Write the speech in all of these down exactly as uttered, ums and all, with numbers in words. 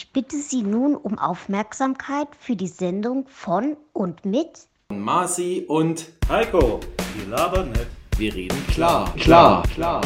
Ich bitte Sie nun um Aufmerksamkeit für die Sendung von und mit Marci und Heiko. Wir labern nicht. wir reden klar. Klar, klar.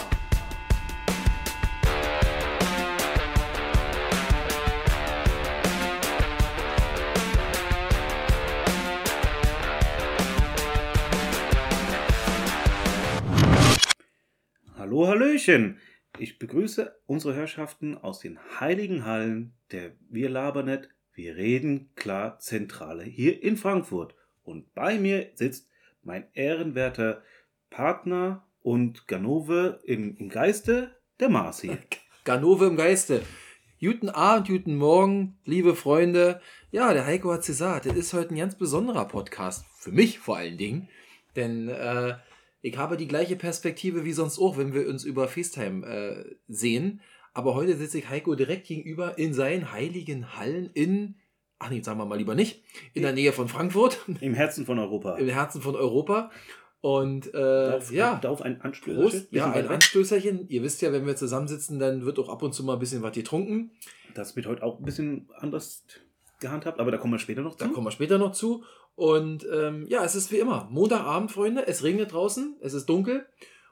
Hallo, hallöchen. Ich begrüße unsere Herrschaften aus den heiligen Hallen der Wir labern nicht, wir reden klar Zentrale hier in Frankfurt. Und bei mir sitzt mein ehrenwerter Partner und Ganove im, im Geiste, der Marci. Ganove im Geiste. Guten Abend, guten Morgen, liebe Freunde. Ja, der Heiko hat es gesagt, das ist heute ein ganz besonderer Podcast. Für mich vor allen Dingen. Denn äh, ich habe die gleiche Perspektive wie sonst auch, wenn wir uns über FaceTime äh, sehen. Aber heute sitze ich Heiko direkt gegenüber in seinen heiligen Hallen in, ach nee, sagen wir mal lieber nicht, in der Nähe von Frankfurt. Im Herzen von Europa. Im Herzen von Europa. Und äh, Darauf, ja, darauf ein Anstößerchen. Prost. Ja, ein Anstößerchen. Ihr wisst ja, wenn wir zusammensitzen, dann wird auch ab und zu mal ein bisschen was getrunken. Das wird heute auch ein bisschen anders gehandhabt, aber da kommen wir später noch zu. Da kommen wir später noch zu. Und ähm, ja, es ist wie immer Montagabend, Freunde. Es regnet draußen, es ist dunkel.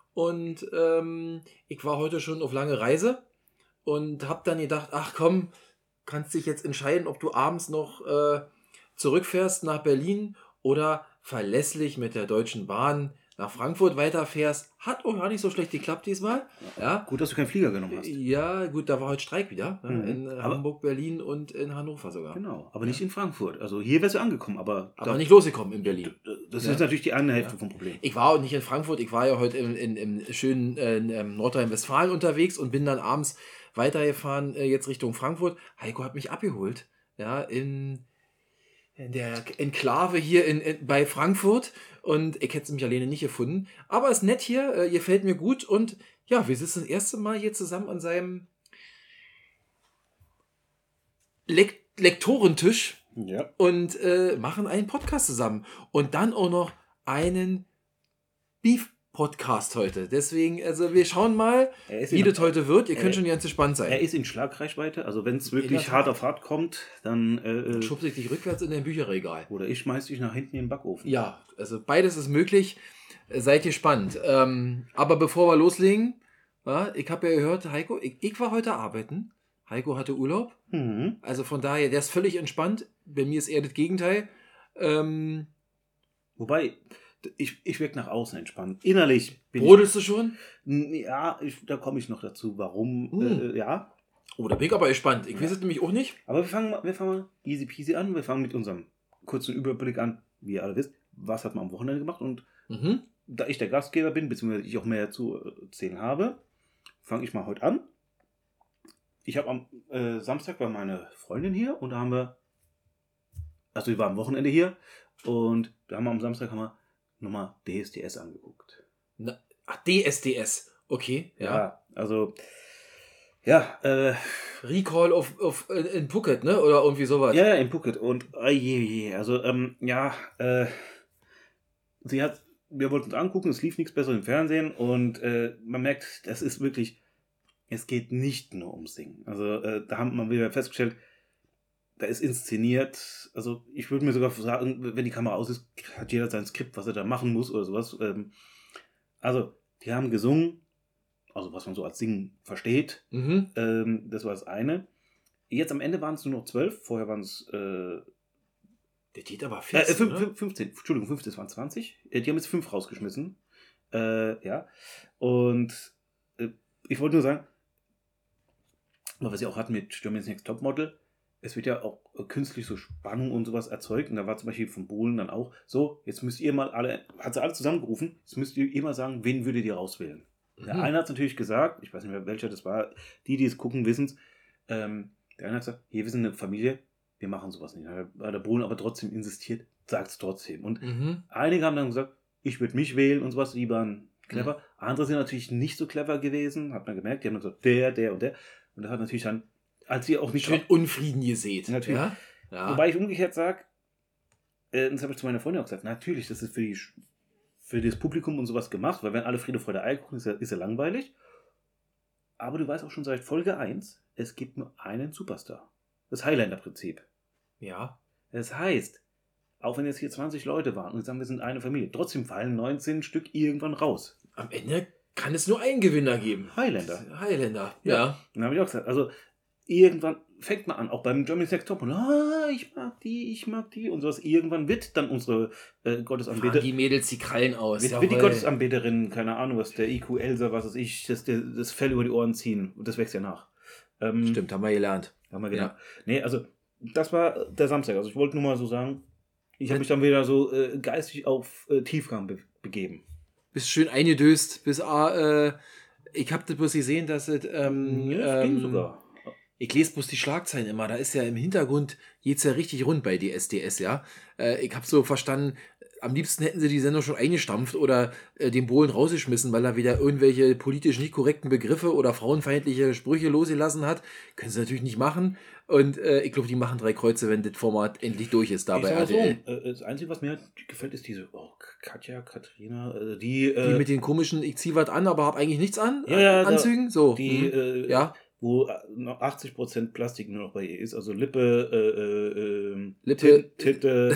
Und ähm, ich war heute schon auf lange Reise und habe dann gedacht, ach komm, kannst dich jetzt entscheiden, ob du abends noch äh, zurückfährst nach Berlin oder verlässlich mit der Deutschen Bahn nach Frankfurt weiterfährst. Hat auch gar nicht so schlecht geklappt diesmal. Ja. Gut, dass du keinen Flieger genommen hast. Ja, gut, da war heute Streik wieder. Ne? Mhm. In äh, Aber- Hamburg, Berlin und in Hannover sogar. Genau, aber nicht in Frankfurt. Also hier wärst du angekommen, aber, Aber da- nicht losgekommen in Berlin. das Ja. ist natürlich die eine Hälfte Ja. vom Problem. Ich war auch nicht in Frankfurt, ich war ja heute in, in, im schönen äh, in, ähm, Nordrhein-Westfalen unterwegs und bin dann abends weitergefahren, äh, jetzt Richtung Frankfurt. Heiko hat mich abgeholt, ja, in, in der Enklave hier in, in, bei Frankfurt und ich hätte mich alleine nicht gefunden. Aber es ist nett hier, äh, gefällt mir gut und ja, wir sitzen das erste Mal hier zusammen an seinem Lek Lektorentisch Ja. und äh, machen einen Podcast zusammen. Und dann auch noch einen Beef-Podcast heute. Deswegen, also wir schauen mal, Er ist wie in- das heute wird. Ihr äh, könnt schon ganz gespannt sein. Er ist in Schlagreichweite, also wenn es In der wirklich Tat. hart auf hart kommt, dann äh, Schubse ich dich rückwärts in dein Bücherregal. oder ich schmeiß dich nach hinten in den Backofen. Ja, also beides ist möglich. Äh, Seid gespannt. Ähm, aber bevor wir loslegen, ja, ich habe ja gehört, Heiko, ich, ich war heute arbeiten. Heiko hatte Urlaub. Mhm. Also von daher, der ist völlig entspannt. Bei mir ist eher das Gegenteil. Ähm, Wobei, ich, ich wirke nach außen entspannt. Innerlich bin brodelst du schon? ich. Ja, ich, da komme ich noch dazu, warum. Mhm. Äh, ja. Oh, da bin ich aber gespannt. Ich weiß es nämlich auch nicht. Aber wir fangen, mal, wir fangen mal easy peasy an. Wir fangen mit unserem kurzen Überblick an, wie ihr alle wisst, was hat man am Wochenende gemacht. Und Mhm. da ich der Gastgeber bin, beziehungsweise ich auch mehr zu erzählen habe, fange ich mal heute an. Ich habe am äh, Samstag war meine Freundin hier und da haben wir, also wir waren am Wochenende hier und da haben wir am Samstag haben wir nochmal D S D S angeguckt. Na, ach, D S D S. Okay, ja. also ja, äh, Recall auf, auf, in, in Phuket, ne? Oder irgendwie sowas. ja, ja, in Phuket und oh je, je, also ähm, ja, äh, sie hat, wir wollten uns angucken, es lief nichts besser im Fernsehen und äh, man merkt, das ist wirklich, es geht nicht nur ums Singen. Also äh, da haben wir wieder festgestellt, da ist inszeniert, also ich würde mir sogar sagen, wenn die Kamera aus ist, hat jeder sein Skript, was er da machen muss oder sowas. Ähm, also, die haben gesungen, also was man so als Singen versteht, Mhm. ähm, das war das eine. Jetzt am Ende waren es nur noch zwölf, vorher waren es äh, Der geht aber äh, fix, fünf- oder? fünf- fünfzehn, Entschuldigung, fünfzehn, es waren zwanzig. Äh, Die haben jetzt fünf rausgeschmissen. Äh, ja. Und äh, ich wollte nur sagen, was sie auch hatten mit Germany's Next Topmodel, es wird ja auch äh, künstlich so Spannung und sowas erzeugt. Und da war zum Beispiel von Bohlen dann auch so, jetzt müsst ihr mal alle, hat sie alle zusammengerufen, jetzt müsst ihr immer sagen, wen würdet ihr rauswählen. Der Mhm. eine hat natürlich gesagt, ich weiß nicht mehr welcher das war, die, die es gucken, wissen es. Ähm, der eine hat gesagt, hier, wir sind eine Familie, wir machen sowas nicht. Da hat der Bohlen aber trotzdem insistiert, sagt es trotzdem. Und Mhm. einige haben dann gesagt, ich würde mich wählen und sowas, die waren clever. Andere sind natürlich nicht so clever gewesen, hat man gemerkt, die haben dann gesagt, der, der und der. Und da hat natürlich dann, als sie auch nicht Schön Unfrieden gesät. Natürlich. Ja? Ja. Wobei ich umgekehrt sage, äh, das habe ich zu meiner Freundin auch gesagt, natürlich, das ist für, die, für das Publikum und sowas gemacht, weil wenn alle Friede, Freude, Eierkuchen gucken, ist ja, ist ja langweilig. Aber du weißt auch schon seit Folge eins, es gibt nur einen Superstar. Das Highlander-Prinzip. Ja. Das heißt, auch wenn jetzt hier zwanzig Leute waren und sagen, wir sind eine Familie, trotzdem fallen neunzehn Stück irgendwann raus. Am Ende kann es nur einen Gewinner geben. Highlander. Highlander, ja. ja. Dann habe ich auch gesagt, also irgendwann fängt man an, auch beim Germany's Next Top, ah, ich mag die, ich mag die und sowas. Irgendwann wird dann unsere äh, Gottesanbeterin. Die Mädels die Krallen aus. Wird, wird die Gottesanbeterin, keine Ahnung, was der I Q Elsa, was weiß ich, das, das Fell über die Ohren ziehen. Und das wächst ja nach. Ähm, Stimmt, haben wir gelernt. Haben wir gelernt. Ja. Nee, also, das war der Samstag. Also, ich wollte nur mal so sagen, ich habe mich dann wieder so äh, geistig auf äh, Tiefgang be- begeben. Bist schön eingedöst, bis ah, äh, ich habe das bloß gesehen, dass es ähm, ja, das ähm, ging sogar. Ich lese bloß die Schlagzeilen immer, da ist ja im Hintergrund, geht's ja richtig rund bei D S D S, ja. Äh, ich habe so verstanden, am liebsten hätten sie die Sendung schon eingestampft oder äh, den Bohlen rausgeschmissen, weil er wieder irgendwelche politisch nicht korrekten Begriffe oder frauenfeindliche Sprüche losgelassen hat. Können sie natürlich nicht machen. Und äh, ich glaube, die machen drei Kreuze, wenn das Format endlich durch ist. Dabei ich sag mal so, äh, das Einzige, was mir gefällt, ist diese oh, Katja, Katrina, äh, die... Äh, die mit den komischen, ich zieh was an, aber hab eigentlich nichts an, ja, ja, Anzügen. Da, so. Die, mhm. äh, ja. wo noch achtzig Prozent Plastik nur noch bei ihr ist. Also Lippe, äh, äh, Lippe, Titte...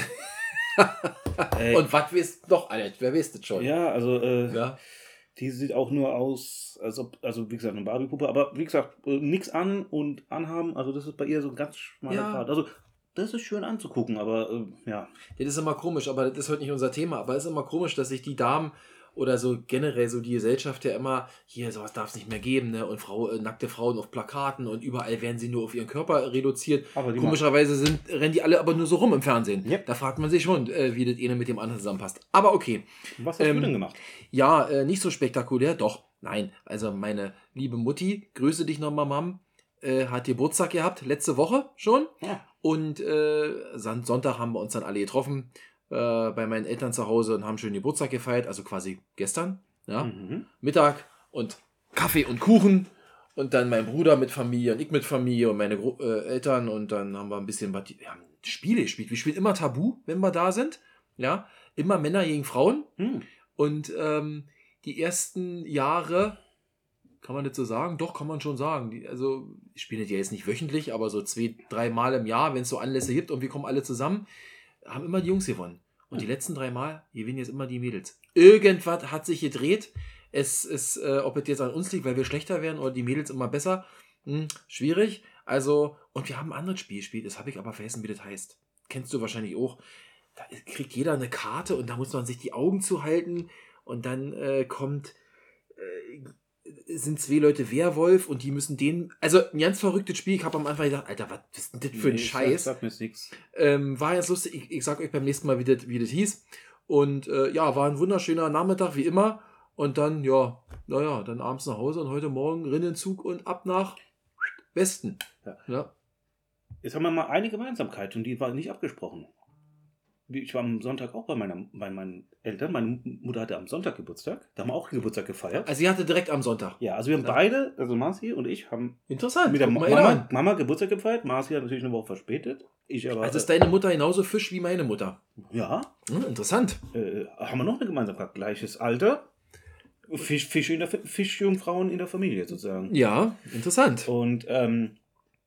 Ey. Und was wisst doch alles? Wer wisst das schon? Ja, also äh, ja. die sieht auch nur aus, als ob, also wie gesagt, eine Barbie-Puppe, aber wie gesagt, äh, nichts an und anhaben, also das ist bei ihr so ein ganz schmaler ja. Grad. Also das ist schön anzugucken, aber äh, ja. Das ist immer komisch, aber das ist heute nicht unser Thema, aber es ist immer komisch, dass sich die Damen oder so generell so die Gesellschaft ja immer, hier, sowas darf es nicht mehr geben, ne? Und Frau, äh, nackte Frauen auf Plakaten und überall werden sie nur auf ihren Körper reduziert. Aber komischerweise sind, rennen die alle aber nur so rum im Fernsehen. Yep. Da fragt man sich schon, äh, wie das eine mit dem anderen zusammenpasst. Aber okay. Was hast ähm, du denn gemacht? Ja, äh, nicht so spektakulär, doch. Nein, also meine liebe Mutti, grüße dich nochmal, Mom, äh, hat Geburtstag gehabt, letzte Woche schon. Ja. Und äh, Sonntag haben wir uns dann alle getroffen bei meinen Eltern zu Hause und haben schön Geburtstag gefeiert, also quasi gestern, ja, mhm. Mittag und Kaffee und Kuchen und dann mein Bruder mit Familie und ich mit Familie und meine Gro- äh, Eltern und dann haben wir ein bisschen wir haben Spiele gespielt. Wir spielen immer Tabu, wenn wir da sind, ja, immer Männer gegen Frauen mhm. und ähm, die ersten Jahre, kann man das so sagen? Doch, kann man schon sagen. Die, also ich spiele das ja jetzt nicht wöchentlich, aber so zwei, drei Mal im Jahr, wenn es so Anlässe gibt und wir kommen alle zusammen, haben immer die Jungs gewonnen. Und die letzten drei Mal gewinnen jetzt immer die Mädels. Irgendwas hat sich gedreht. Es ist, äh, ob es jetzt an uns liegt, weil wir schlechter werden oder die Mädels immer besser. Hm, schwierig. Also, und wir haben ein anderes Spiel gespielt. Das habe ich aber vergessen, wie das heißt. Kennst du wahrscheinlich auch. Da kriegt jeder eine Karte und da muss man sich die Augen zuhalten. Und dann äh, kommt... Äh, sind zwei Leute Werwolf und die müssen den, also ein ganz verrücktes Spiel. Ich habe am Anfang gedacht, Alter, was ist denn das für ein nee, Scheiß? Sag, sag mir nichts. Ähm, war jetzt lustig, ich, ich sag euch beim nächsten Mal, wie das, wie das hieß. Und äh, ja, war ein wunderschöner Nachmittag, wie immer. Und dann, ja, naja, dann abends nach Hause und heute Morgen Rinnenzug und ab nach Westen. Ja. Ja. Jetzt haben wir mal eine Gemeinsamkeit und die war nicht abgesprochen. Ich war am Sonntag auch bei, meiner, bei meinen Eltern. Meine Mutter hatte am Sonntag Geburtstag. Da haben wir auch Geburtstag gefeiert. Also sie hatte direkt am Sonntag? Ja, also wir haben ja. beide, also Marci und ich, haben Interessant. mit der Mama, Mama Geburtstag gefeiert. Marci hat natürlich eine Woche verspätet. Ich aber, also ist deine Mutter genauso Fisch wie meine Mutter? Ja. Hm, interessant. Äh, haben wir noch eine Gemeinsamkeit? Gleiches Alter. Fisch, Fisch in der, Fischjungfrauen in der Familie sozusagen. Ja, interessant. Und ähm,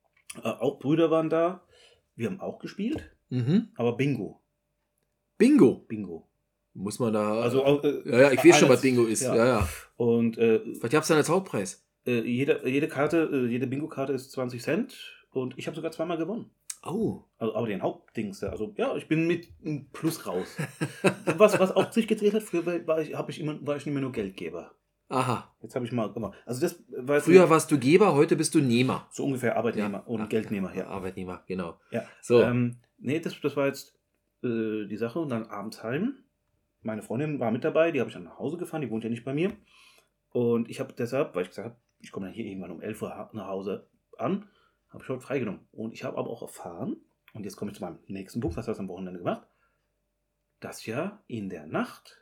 auch Brüder waren da. Wir haben auch gespielt. Mhm. Aber Bingo. Bingo? Bingo. Muss man da... Also, äh, ja, ja, ich weiß schon, was Bingo ist. Ja, ja. ja. Und, äh, was gab's denn als Hauptpreis? Äh, jede, jede Karte, äh, jede Bingo-Karte ist zwanzig Cent und ich habe sogar zweimal gewonnen. Oh. Also, aber den Hauptdings da. Also, ja, ich bin mit einem Plus raus. was, was auch sich gedreht hat, früher war ich, hab ich immer, war ich nicht mehr nur Geldgeber. Aha. Jetzt habe ich mal gemacht. Also das war früher nicht, warst du Geber, heute bist du Nehmer. So ungefähr Arbeitnehmer ja. und Ach, Geldnehmer. Ja. Arbeitnehmer, genau. Ja. So. Ähm, nee, das, das war jetzt äh, die Sache. Und dann abends heim. Meine Freundin war mit dabei, die habe ich dann nach Hause gefahren, die wohnt ja nicht bei mir. Und ich habe deshalb, weil ich gesagt habe, ich komme dann hier irgendwann um elf Uhr nach Hause an, habe ich heute freigenommen. Und ich habe aber auch erfahren, und jetzt komme ich zu meinem nächsten Punkt, was hast du am Wochenende gemacht, dass ja in der Nacht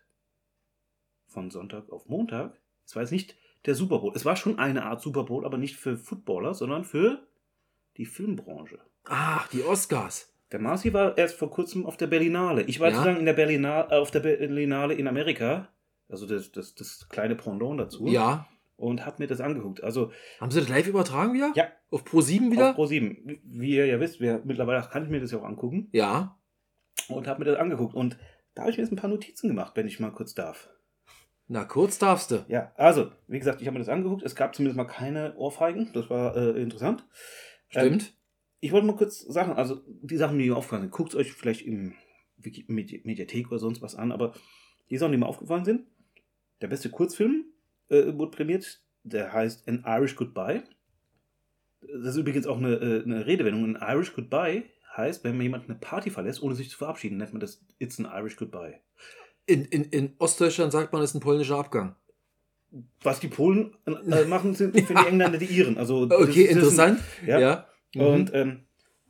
von Sonntag auf Montag, es war jetzt nicht der Super Bowl, es war schon eine Art Super Bowl, aber nicht für Footballer, sondern für die Filmbranche. Ach, die Oscars. Der Marci war erst vor kurzem auf der Berlinale. Ich war ja? sozusagen in der Berlinale, äh, auf der Berlinale in Amerika, also das, das, das kleine Pendant dazu. Ja. und habe mir das angeguckt. Also, haben Sie das live übertragen wieder? Ja. Auf Pro sieben wieder? Auf Pro sieben. Wie ihr ja wisst, wer, mittlerweile kann ich mir das ja auch angucken. Ja. Und habe mir das angeguckt. Und da habe ich mir jetzt ein paar Notizen gemacht, wenn ich mal kurz darf. Na, kurz darfst du. Ja, also, wie gesagt, ich habe mir das angeguckt. Es gab zumindest mal keine Ohrfeigen. Das war äh, interessant. Stimmt. Ähm, ich wollte mal kurz sagen, also die Sachen, die mir aufgefallen sind, guckt es euch vielleicht im Wiki- Medi- Mediathek oder sonst was an, aber die Sachen, die mir aufgefallen sind, der beste Kurzfilm äh, wurde prämiert, der heißt An Irish Goodbye. Das ist übrigens auch eine, äh, eine Redewendung. An Irish Goodbye heißt, wenn man jemand eine Party verlässt, ohne sich zu verabschieden, nennt man das It's an Irish Goodbye. In, in, in Ostdeutschland sagt man, es ist ein polnischer Abgang. Was die Polen äh, machen, sind für die Engländer die Iren. Also, das- Okay, das ist interessant. ein- ja. Ja. Mhm. Und ähm,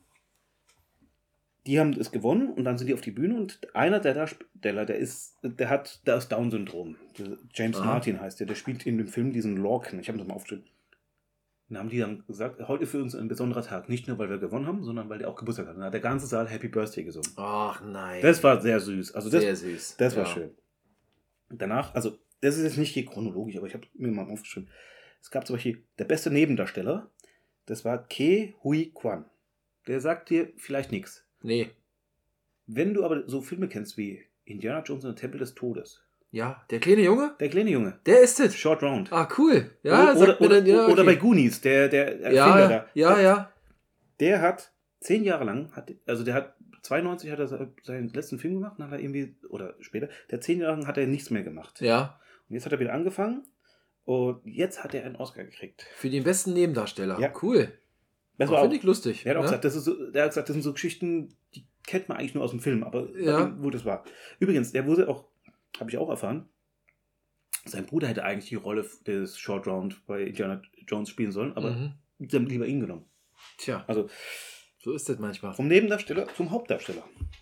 die haben es gewonnen und dann sind die auf die Bühne und einer, der da spielt, der, der ist, der hat das Down-Syndrom. Der James Aha. Martin heißt der, der spielt in dem Film diesen Lorcan. Ich habe das mal aufgeschrieben. Dann haben die dann gesagt, heute für uns ein besonderer Tag. Nicht nur, weil wir gewonnen haben, sondern weil der auch Geburtstag hat. Dann hat der ganze Saal Happy Birthday gesungen. Ach nein. Das war sehr süß. Also das, sehr süß. das war Ja. schön. Danach, also das ist jetzt nicht hier chronologisch, aber ich habe mir mal aufgeschrieben. Es gab zum Beispiel der beste Nebendarsteller, das war Ke Huy Quan. Der sagt dir vielleicht nichts. Nee. Wenn du aber so Filme kennst wie Indiana Jones und der Tempel des Todes, Ja, der kleine Junge? der kleine Junge, Der ist es. Short Round. Ah, cool. Ja, oder, sagt oder, mir dann, ja, oder, oder bei okay. Goonies, der, der Erfinder Ja, da. ja, der, ja. Der hat zehn Jahre lang, hat, also der hat zweiundneunzig hat er seinen letzten Film gemacht, dann hat er irgendwie, oder später, der zehn Jahre lang hat er nichts mehr gemacht. Ja, Und jetzt hat er wieder angefangen und jetzt hat er einen Oscar gekriegt. für den besten Nebendarsteller. Ja. Cool. Das Oh, war auch, finde ich lustig. der hat auch ja? gesagt, das ist so, der hat gesagt, das sind so Geschichten, die kennt man eigentlich nur aus dem Film, aber Ja. wo das war. Übrigens, der wurde auch, habe ich auch erfahren, sein Bruder hätte eigentlich die Rolle des Short Round bei Indiana Jones spielen sollen, aber Mhm. sie haben lieber ihn genommen. Tja, Also so ist das manchmal. vom Nebendarsteller zum Hauptdarsteller.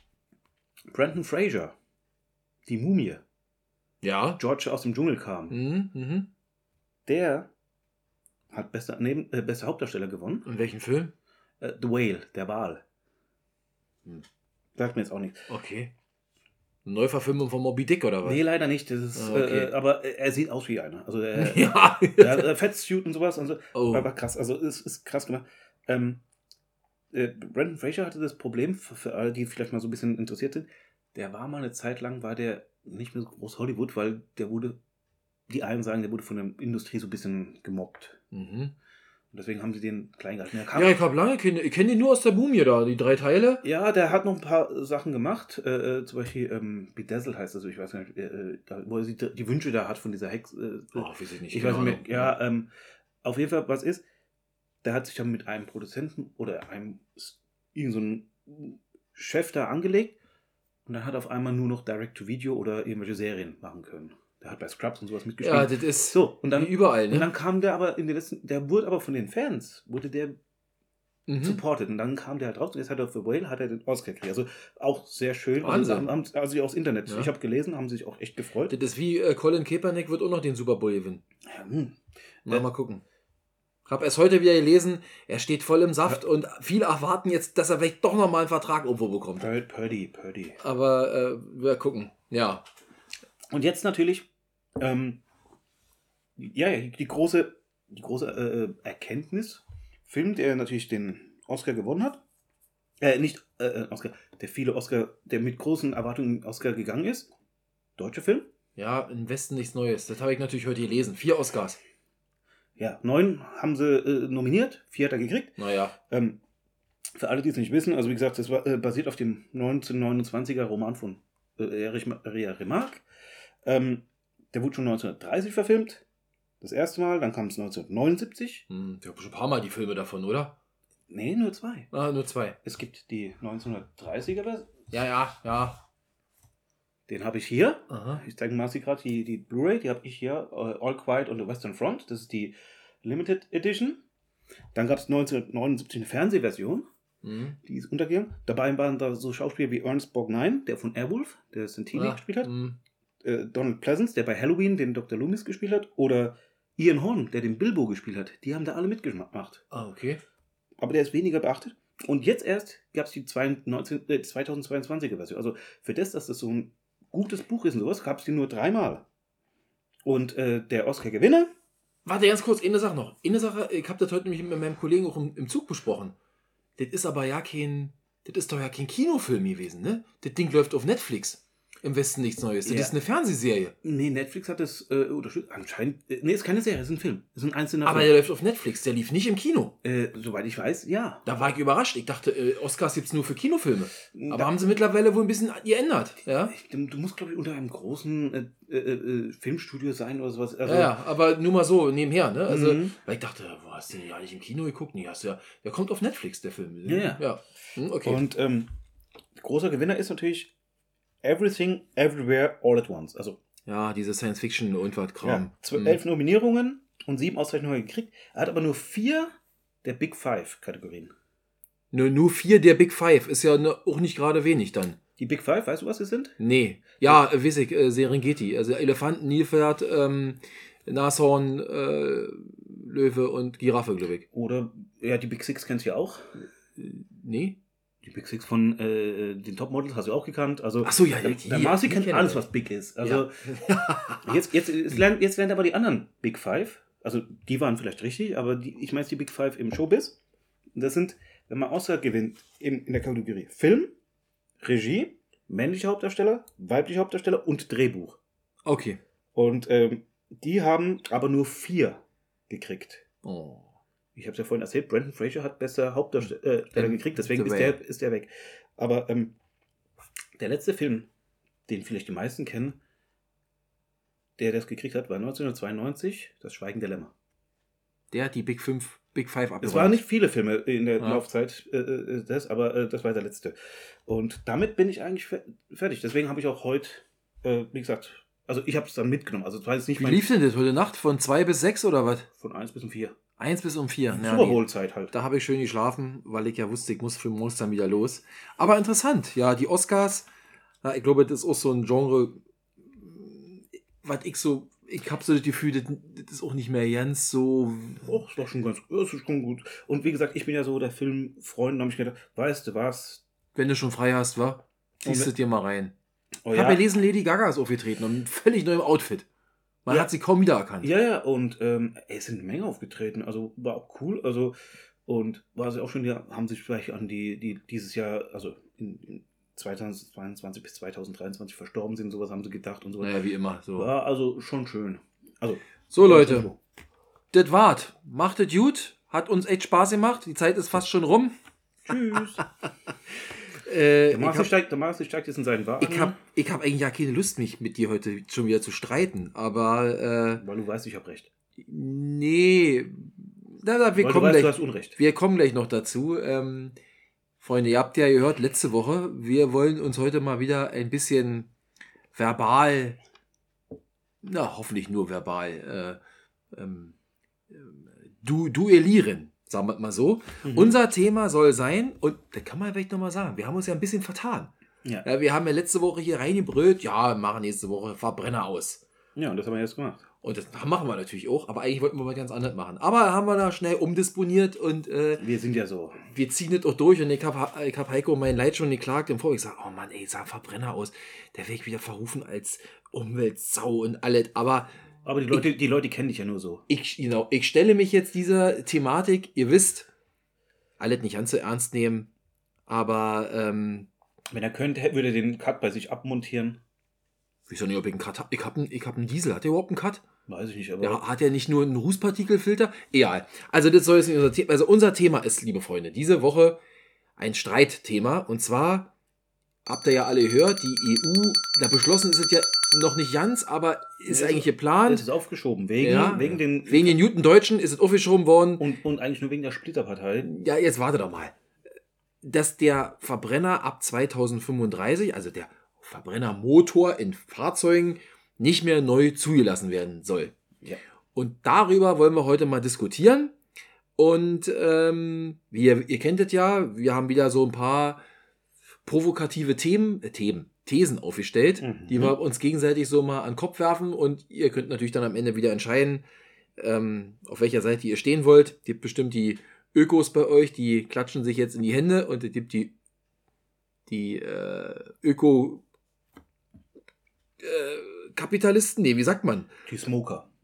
Brandon Fraser, die Mumie, Ja. George aus dem Dschungel kam, Mhm, mhm. der hat bester, Neben, äh, bester Hauptdarsteller gewonnen. In welchem Film? Äh, The Whale, der Wal. Hm. Sagt mir jetzt auch nichts. Okay. Eine Neuverfilmung von Moby Dick oder was? Nee, leider nicht. Das ist, Ah, okay. äh, aber er sieht aus wie einer. Also er, Ja. er hat äh, Fettsuit und sowas. Und so. Oh. War, war krass. Also es ist krass gemacht. Ähm, äh, Brandon Fraser hatte das Problem, für, für alle, die vielleicht mal so ein bisschen interessiert sind, der war mal eine Zeit lang, war der nicht mehr so groß Hollywood, weil der wurde, die einen sagen, der wurde von der Industrie so ein bisschen gemobbt. Mhm. Und deswegen haben sie den klein gehalten. Der kam, Ja, ich habe lange keine. Ich kenne den nur aus der Mumie da, die drei Teile. Ja, der hat noch ein paar Sachen gemacht. Äh, äh, zum Beispiel ähm, Bedazzled heißt das, ich weiß nicht, äh, da, wo er die, die Wünsche da hat von dieser Hexe. Äh, Oh, weiß ich nicht. ich keine weiß nicht mehr. Ahnung. Ja, ähm, auf jeden Fall, was ist, der hat sich dann mit einem Produzenten oder einem irgendeinem so Chef da angelegt und dann hat auf einmal nur noch Direct-to-Video oder irgendwelche Serien machen können. Der hat bei Scrubs und sowas mitgespielt. Ja, das ist so, und dann, wie überall, ne? und dann kam der aber in den letzten, der wurde aber von den Fans, wurde der mhm. supported. Und dann kam der halt raus und jetzt hat er für Whale hat er den Oscar gekriegt. Also auch sehr schön. Wahnsinn. Also, haben, also auch das Internet. Ja. Ich habe gelesen, haben sich auch echt gefreut. Das ist wie äh, Colin Kaepernick wird auch noch den Super Bowl gewinnen. Ja, hm. Mal, Äh, mal gucken. Hab erst heute wieder gelesen, er steht voll im Saft und viele erwarten jetzt, dass er vielleicht doch nochmal einen Vertrag irgendwo bekommt. Pur- Purdy, Purdy. Aber äh, wir gucken. Ja. Und jetzt natürlich, ähm, ja, ja, die große, die große äh, Erkenntnis, Film, der natürlich den Oscar gewonnen hat. Äh, nicht äh, Oscar, der viele Oscar, der mit großen Erwartungen Oscar gegangen ist. Deutscher Film. Ja, im Westen nichts Neues. Das habe ich natürlich heute gelesen. Vier Oscars. Ja, neun haben sie äh, nominiert, vier hat er gekriegt. Naja. Ähm, für alle, die es nicht wissen, also wie gesagt, das war, äh, basiert auf dem neunzehnhundertneunundzwanziger Roman von äh, Erich Maria Remarque. Ähm, der wurde schon neunzehnhundertdreißig verfilmt, das erste Mal, dann kam es neunzehnhundertneunundsiebzig. Hm, ich habe schon ein paar Mal die Filme davon, oder? Nee, nur zwei. Ah, nur zwei. Es gibt die neunzehnhundertdreißiger Version, Ja, ja, ja. den habe ich hier. Aha. Ich zeige Marci gerade die, die Blu-ray, die habe ich hier, äh, All Quiet on the Western Front, das ist die Limited Edition. Dann gab es neunzehnhundertneunundsiebzig eine Fernsehversion. Mhm. Die ist untergegangen. Dabei waren da so Schauspieler wie Ernest Borgnine, der von Airwolf, der Santini Ah, gespielt hat. mhm. Äh, Donald Pleasance, der bei Halloween den Doktor Loomis gespielt hat. Oder Ian Horn, der den Bilbo gespielt hat. Die haben da alle mitgemacht. Ah, okay. Aber der ist weniger beachtet. Und jetzt erst gab es die neunzehn, äh, zweitausendzweiundzwanziger Version. Also für das, dass das so ein gutes Buch ist und sowas, gab es die nur dreimal. Und äh, der Oscar-Gewinner Warte, ganz kurz, eine Sache noch. Eine Sache, ich habe das heute nämlich mit meinem Kollegen auch im, im Zug besprochen. Das ist aber ja kein, das ist doch ja kein Kinofilm gewesen, ne? Das Ding läuft auf Netflix. Im Westen nichts Neues. Das Ja. ist eine Fernsehserie. Nee, Netflix hat es äh, unterstützt. Anscheinend. Äh, nee, ist keine Serie, ist ein Film. Ist ein einzelner Aber Film. der läuft auf Netflix, der lief nicht im Kino. Äh, soweit ich weiß, ja. Da war ich überrascht. Ich dachte, äh, Oscars gibt's nur für Kinofilme. Aber Da- haben sie mittlerweile wohl ein bisschen geändert. Ja, Ich, du du musst, glaube ich, unter einem großen äh, äh, äh, Filmstudio sein oder sowas. Also, ja, ja, aber nur mal so nebenher. Ne? Also, Mhm. weil ich dachte, wo hast du den ja nicht im Kino geguckt? Nee, hast du ja, der kommt auf Netflix, der Film. Ja, ja. ja. Hm, okay. Und ähm, großer Gewinner ist natürlich Everything, Everywhere, All at Once. Also ja, diese Science-Fiction und was Kram. ja, zwölf, Hm. elf Nominierungen und sieben Auszeichnungen gekriegt. Er hat aber nur vier der Big Five Kategorien. Nur, nur vier der Big Five ist ja ne, auch nicht gerade wenig dann. Die Big Five, weißt du, was sie sind? Nee. Ja, äh, weiß ich, äh, Serengeti. Also Elefanten, Nilpferd, ähm, Nashorn, äh, Löwe und Giraffe, glaube ich. Oder, ja, die Big Six kennst du ja auch. Nee? Die Big Six von äh, den Topmodels hast du auch gekannt. Also, Ach so, ja, ja, der, die- der Marci die kennt kennt alles, er. was Big ist. Also, jetzt, jetzt, jetzt, lernt, jetzt lernt aber die anderen Big Five. Also, die waren vielleicht richtig, aber die, ich meine jetzt die Big Five im Showbiz. Und das sind, wenn man Oscar gewinnt, in, in der Kategorie Film, Regie, männlicher Hauptdarsteller, weiblicher Hauptdarsteller und Drehbuch. Okay. Und ähm, die haben aber nur vier gekriegt. Oh. Ich habe es ja vorhin erzählt, Brendan Fraser hat besser Hauptdarsteller äh, gekriegt, deswegen The ist Whale. der, ist der weg. Aber ähm, der letzte Film, den vielleicht die meisten kennen, der das gekriegt hat, war neunzehnhundertzweiundneunzig, Das Schweigen der Lämmer. Der hat die Big Five, Big Five abgeräumt. Es waren nicht viele Filme in der Ja. Laufzeit, äh, äh, das, aber äh, das war der letzte. Und damit bin ich eigentlich fer fertig. Deswegen habe ich auch heute, äh, wie gesagt, also ich habe es dann mitgenommen. Also es war jetzt nicht Wie mein- lief denn das heute Nacht? Von zwei bis sechs oder was? von eins bis um vier. Eins bis um vier. Ja, Super nee. Bowl-Zeit halt. Da habe ich schön geschlafen, weil ich ja wusste, ich muss für morgens dann wieder los. Aber interessant, ja, die Oscars, ja, ich glaube, das ist auch so ein Genre, was ich so, ich habe so das Gefühl, das, das ist auch nicht mehr ganz so. Oh, ist doch schon ganz, das ist schon gut. Und wie gesagt, ich bin ja so der Filmfreund, da habe ich gedacht, weißt du was? Wenn du schon frei hast, wa? Ziehst Und- du dir mal rein. Oh, Ich ja. habe gelesen, Lady Gaga ist aufgetreten und mit völlig neuem Outfit. Man Ja. hat sie kaum wiedererkannt. Ja, ja, und ähm, es sind eine Menge aufgetreten, also war auch cool, also und war sie auch schon, ja, haben sich vielleicht an die, die dieses Jahr, also in, in zweitausendzweiundzwanzig bis zweitausenddreiundzwanzig verstorben sind, sowas haben sie gedacht und so. Naja, wie immer. So, War also schon schön. Also, so ja, Leute, so. das war's. Macht es gut. Hat uns echt Spaß gemacht. Die Zeit ist fast schon rum. Tschüss. Äh, Der ich Marci hab- steigt, der Marci steigt jetzt in seinen Wagen, Ich habe ich hab eigentlich ja keine Lust, mich mit dir heute schon wieder zu streiten. Aber, weil du weißt, ich habe recht. äh, nee. Na, na, wir, weil du kommen weißt, du gleich, hast Unrecht. wir kommen gleich noch dazu. Ähm, Freunde, ihr habt ja gehört, letzte Woche, wir wollen uns heute mal wieder ein bisschen verbal, na, hoffentlich nur verbal, äh, ähm, ähm, du, duellieren. Sagen wir mal so. Mhm. Unser Thema soll sein, und das kann man vielleicht nochmal sagen, wir haben uns ja ein bisschen vertan. Ja. Ja, wir haben ja letzte Woche hier reingebrüllt, ja, machen nächste Woche Verbrenner aus. ja, und das haben wir jetzt gemacht. Und das machen wir natürlich auch, aber eigentlich wollten wir mal ganz anders machen. Aber haben wir da schnell umdisponiert und äh, Wir sind ja so. wir ziehen das auch durch. Und ich habe ich hab Heiko mein Leid schon geklagt im Vorweg. Ich sage, oh Mann, ey, sag Verbrenner aus. Der wird wieder verrufen als Umweltsau und alles. Aber Aber die Leute, die Leute kennen dich ja nur so. ich, genau, ich stelle mich jetzt dieser Thematik, ihr wisst, alles nicht ganz so ernst nehmen. Aber ähm, Wenn er könnte, hätte- würde er den Cut bei sich abmontieren. ich weiß nicht, ob ich einen Cut habe. Ich habe einen, ich hab einen Diesel. Hat der überhaupt einen Cut? Weiß ich nicht, aber. Ja, hat er nicht nur einen Rußpartikelfilter? Egal. Also das soll jetzt nicht unser Thema. Also unser Thema ist, liebe Freunde, diese Woche ein Streitthema. Und zwar, habt ihr ja alle gehört, die E U, da beschlossen ist es ja noch nicht ganz, aber ist Ja, eigentlich Es geplant. ist aufgeschoben. Wegen, Ja, wegen den. Wegen den Newton-Deutschen ist es aufgeschoben worden. und, und eigentlich nur wegen der Splitterpartei. Ja, jetzt warte doch mal. Dass der Verbrenner ab zweitausendfünfunddreißig, also der Verbrennermotor in Fahrzeugen, nicht mehr neu zugelassen werden soll. Ja. Und darüber wollen wir heute mal diskutieren. Und ähm, wie ihr, ihr kennt es ja, wir haben wieder so ein paar provokative Themen, äh, Themen, Thesen aufgestellt, Mhm. die wir uns gegenseitig so mal an den Kopf werfen. Und ihr könnt natürlich dann am Ende wieder entscheiden, ähm, auf welcher Seite ihr stehen wollt. Es gibt bestimmt die Ökos bei euch, die klatschen sich jetzt in die Hände, und es gibt die, die äh, Öko äh, Kapitalisten, nee, wie sagt man? Die Smoker.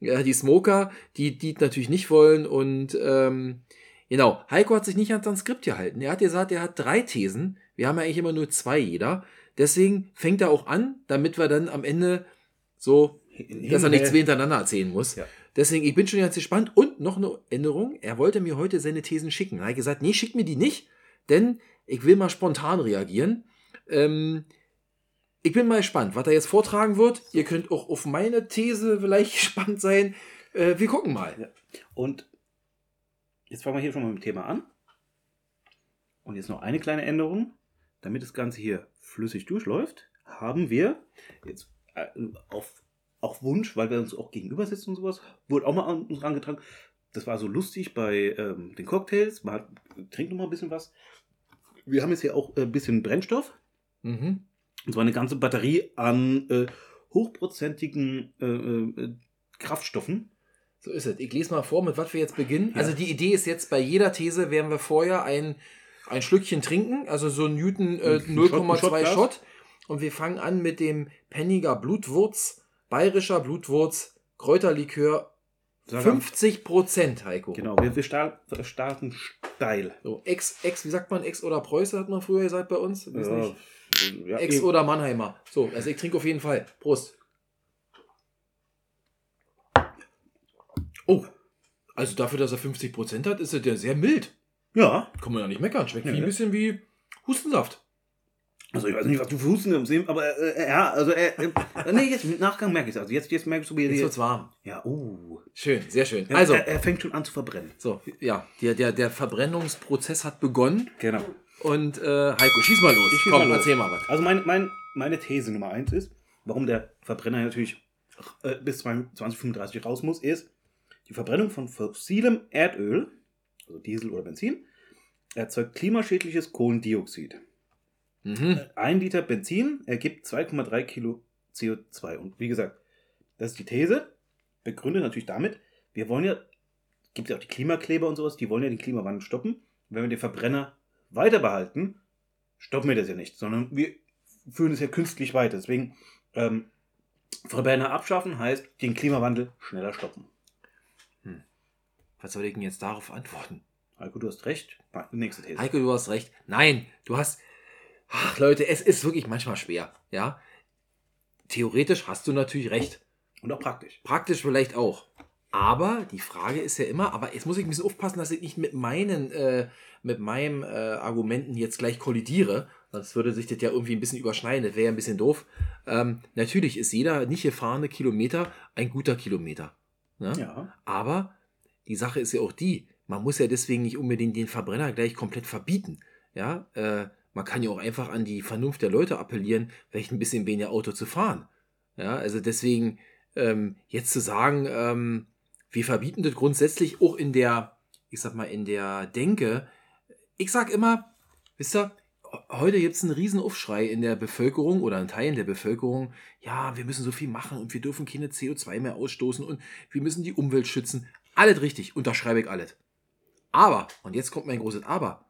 Ja, die Smoker, die, die natürlich nicht wollen. Und ähm, genau, Heiko hat sich nicht an sein Skript gehalten. Er hat gesagt, er hat drei Thesen. Wir haben ja eigentlich immer nur zwei jeder. Deswegen fängt er auch an, damit wir dann am Ende so, Hin- dass er nicht hin- zwei hintereinander erzählen muss. Ja. Deswegen, ich bin schon ganz gespannt. Und noch eine Änderung. Er wollte mir heute seine Thesen schicken. Er hat gesagt, nee, schick mir die nicht, denn ich will mal spontan reagieren. Ähm, ich bin mal gespannt, was er jetzt vortragen wird. Ihr könnt auch auf meine These vielleicht gespannt sein. Äh, wir gucken mal. Ja. Und jetzt fangen wir hier schon mal mit dem Thema an. Und jetzt noch eine kleine Änderung. Damit das Ganze hier flüssig durchläuft, haben wir jetzt äh, auf, auf Wunsch, weil wir uns auch gegenüber sitzen und sowas, wurde auch mal an uns rangetragen. Das war so lustig bei ähm, den Cocktails. Man hat, trinkt noch mal ein bisschen was. Wir haben jetzt hier auch ein bisschen Brennstoff. Mhm. Und zwar eine ganze Batterie an äh, hochprozentigen äh, äh, Kraftstoffen. So ist es. Ich lese mal vor, mit was wir jetzt beginnen. Ja. Also die Idee ist jetzt, bei jeder These werden wir vorher ein, ein Schlückchen trinken, also so ein Newton äh, Ein null Shot- Komma ein zwei Shotglas. Shot. Und wir fangen an mit dem Penniger Blutwurz, bayerischer Blutwurz, Kräuterlikör, Sag mal. fünfzig Prozent, Heiko. Genau, wir, wir star- starten steil. So, Ex, Ex, wie sagt man, Ex oder Preuße hat man früher gesagt bei uns? Weiß nicht. ja, Ex eben. oder Mannheimer. So, also ich trinke auf jeden Fall. Prost. Oh, also dafür, dass er fünfzig Prozent hat, ist er ja sehr mild. Ja, Kann man ja nicht meckern. Schmeckt Ja, wie ein ja. bisschen wie Hustensaft. also ich weiß nicht, was du für Husten im Sehen, aber äh, ja, also äh, äh, nee, jetzt im Nachgang merke ich es. Also jetzt, jetzt merkst du, wie Jetzt er wird's warm. ja, uh. Schön, sehr schön. Ja, Also, er, er fängt schon an zu verbrennen. so, ja, der, der, der Verbrennungsprozess hat begonnen. Genau. Und äh, Heiko, schieß mal los. Ich schieß Komm, mal los. erzähl mal was. Also mein, mein, meine These Nummer eins ist, warum der Verbrenner natürlich äh, bis zwanzig fünfunddreißig raus muss, ist, die Verbrennung von fossilem Erdöl, also Diesel oder Benzin, erzeugt klimaschädliches Kohlendioxid. Mhm. Ein Liter Benzin ergibt zwei Komma drei Kilo C O zwei. Und wie gesagt, das ist die These, begründet natürlich damit, wir wollen ja, gibt ja auch die Klimakleber und sowas, die wollen ja den Klimawandel stoppen. Und wenn wir den Verbrenner weiter behalten, stoppen wir das ja nicht, sondern wir führen es ja künstlich weiter. Deswegen, ähm, Verbrenner abschaffen heißt, den Klimawandel schneller stoppen. Was soll ich denn jetzt darauf antworten? Heiko, du hast recht. Nächste These. Heiko, du hast recht. Nein, du hast... Ach, Leute, es ist wirklich manchmal schwer. Ja. Theoretisch hast du natürlich recht. Und auch praktisch. Praktisch vielleicht auch. Aber die Frage ist ja immer, aber jetzt muss ich ein bisschen aufpassen, dass ich nicht mit meinen, äh, mit meinen äh, Argumenten jetzt gleich kollidiere. Sonst würde sich das ja irgendwie ein bisschen überschneiden. Das wäre ja ein bisschen doof. Ähm, natürlich ist jeder nicht gefahrene Kilometer ein guter Kilometer. Ne? Ja. Aber die Sache ist ja auch die, man muss ja deswegen nicht unbedingt den Verbrenner gleich komplett verbieten. Ja, äh, man kann ja auch einfach an die Vernunft der Leute appellieren, vielleicht ein bisschen weniger Auto zu fahren. Ja, also deswegen ähm, jetzt zu sagen, ähm, wir verbieten das grundsätzlich auch in der, ich sag mal, in der Denke. Ich sag immer, wisst ihr, heute gibt es einen riesen Aufschrei in der Bevölkerung oder in Teilen der Bevölkerung. Ja, wir müssen so viel machen und wir dürfen keine C O zwei mehr ausstoßen und wir müssen die Umwelt schützen. Alles richtig, unterschreibe ich alles. Aber, und jetzt kommt mein großes Aber,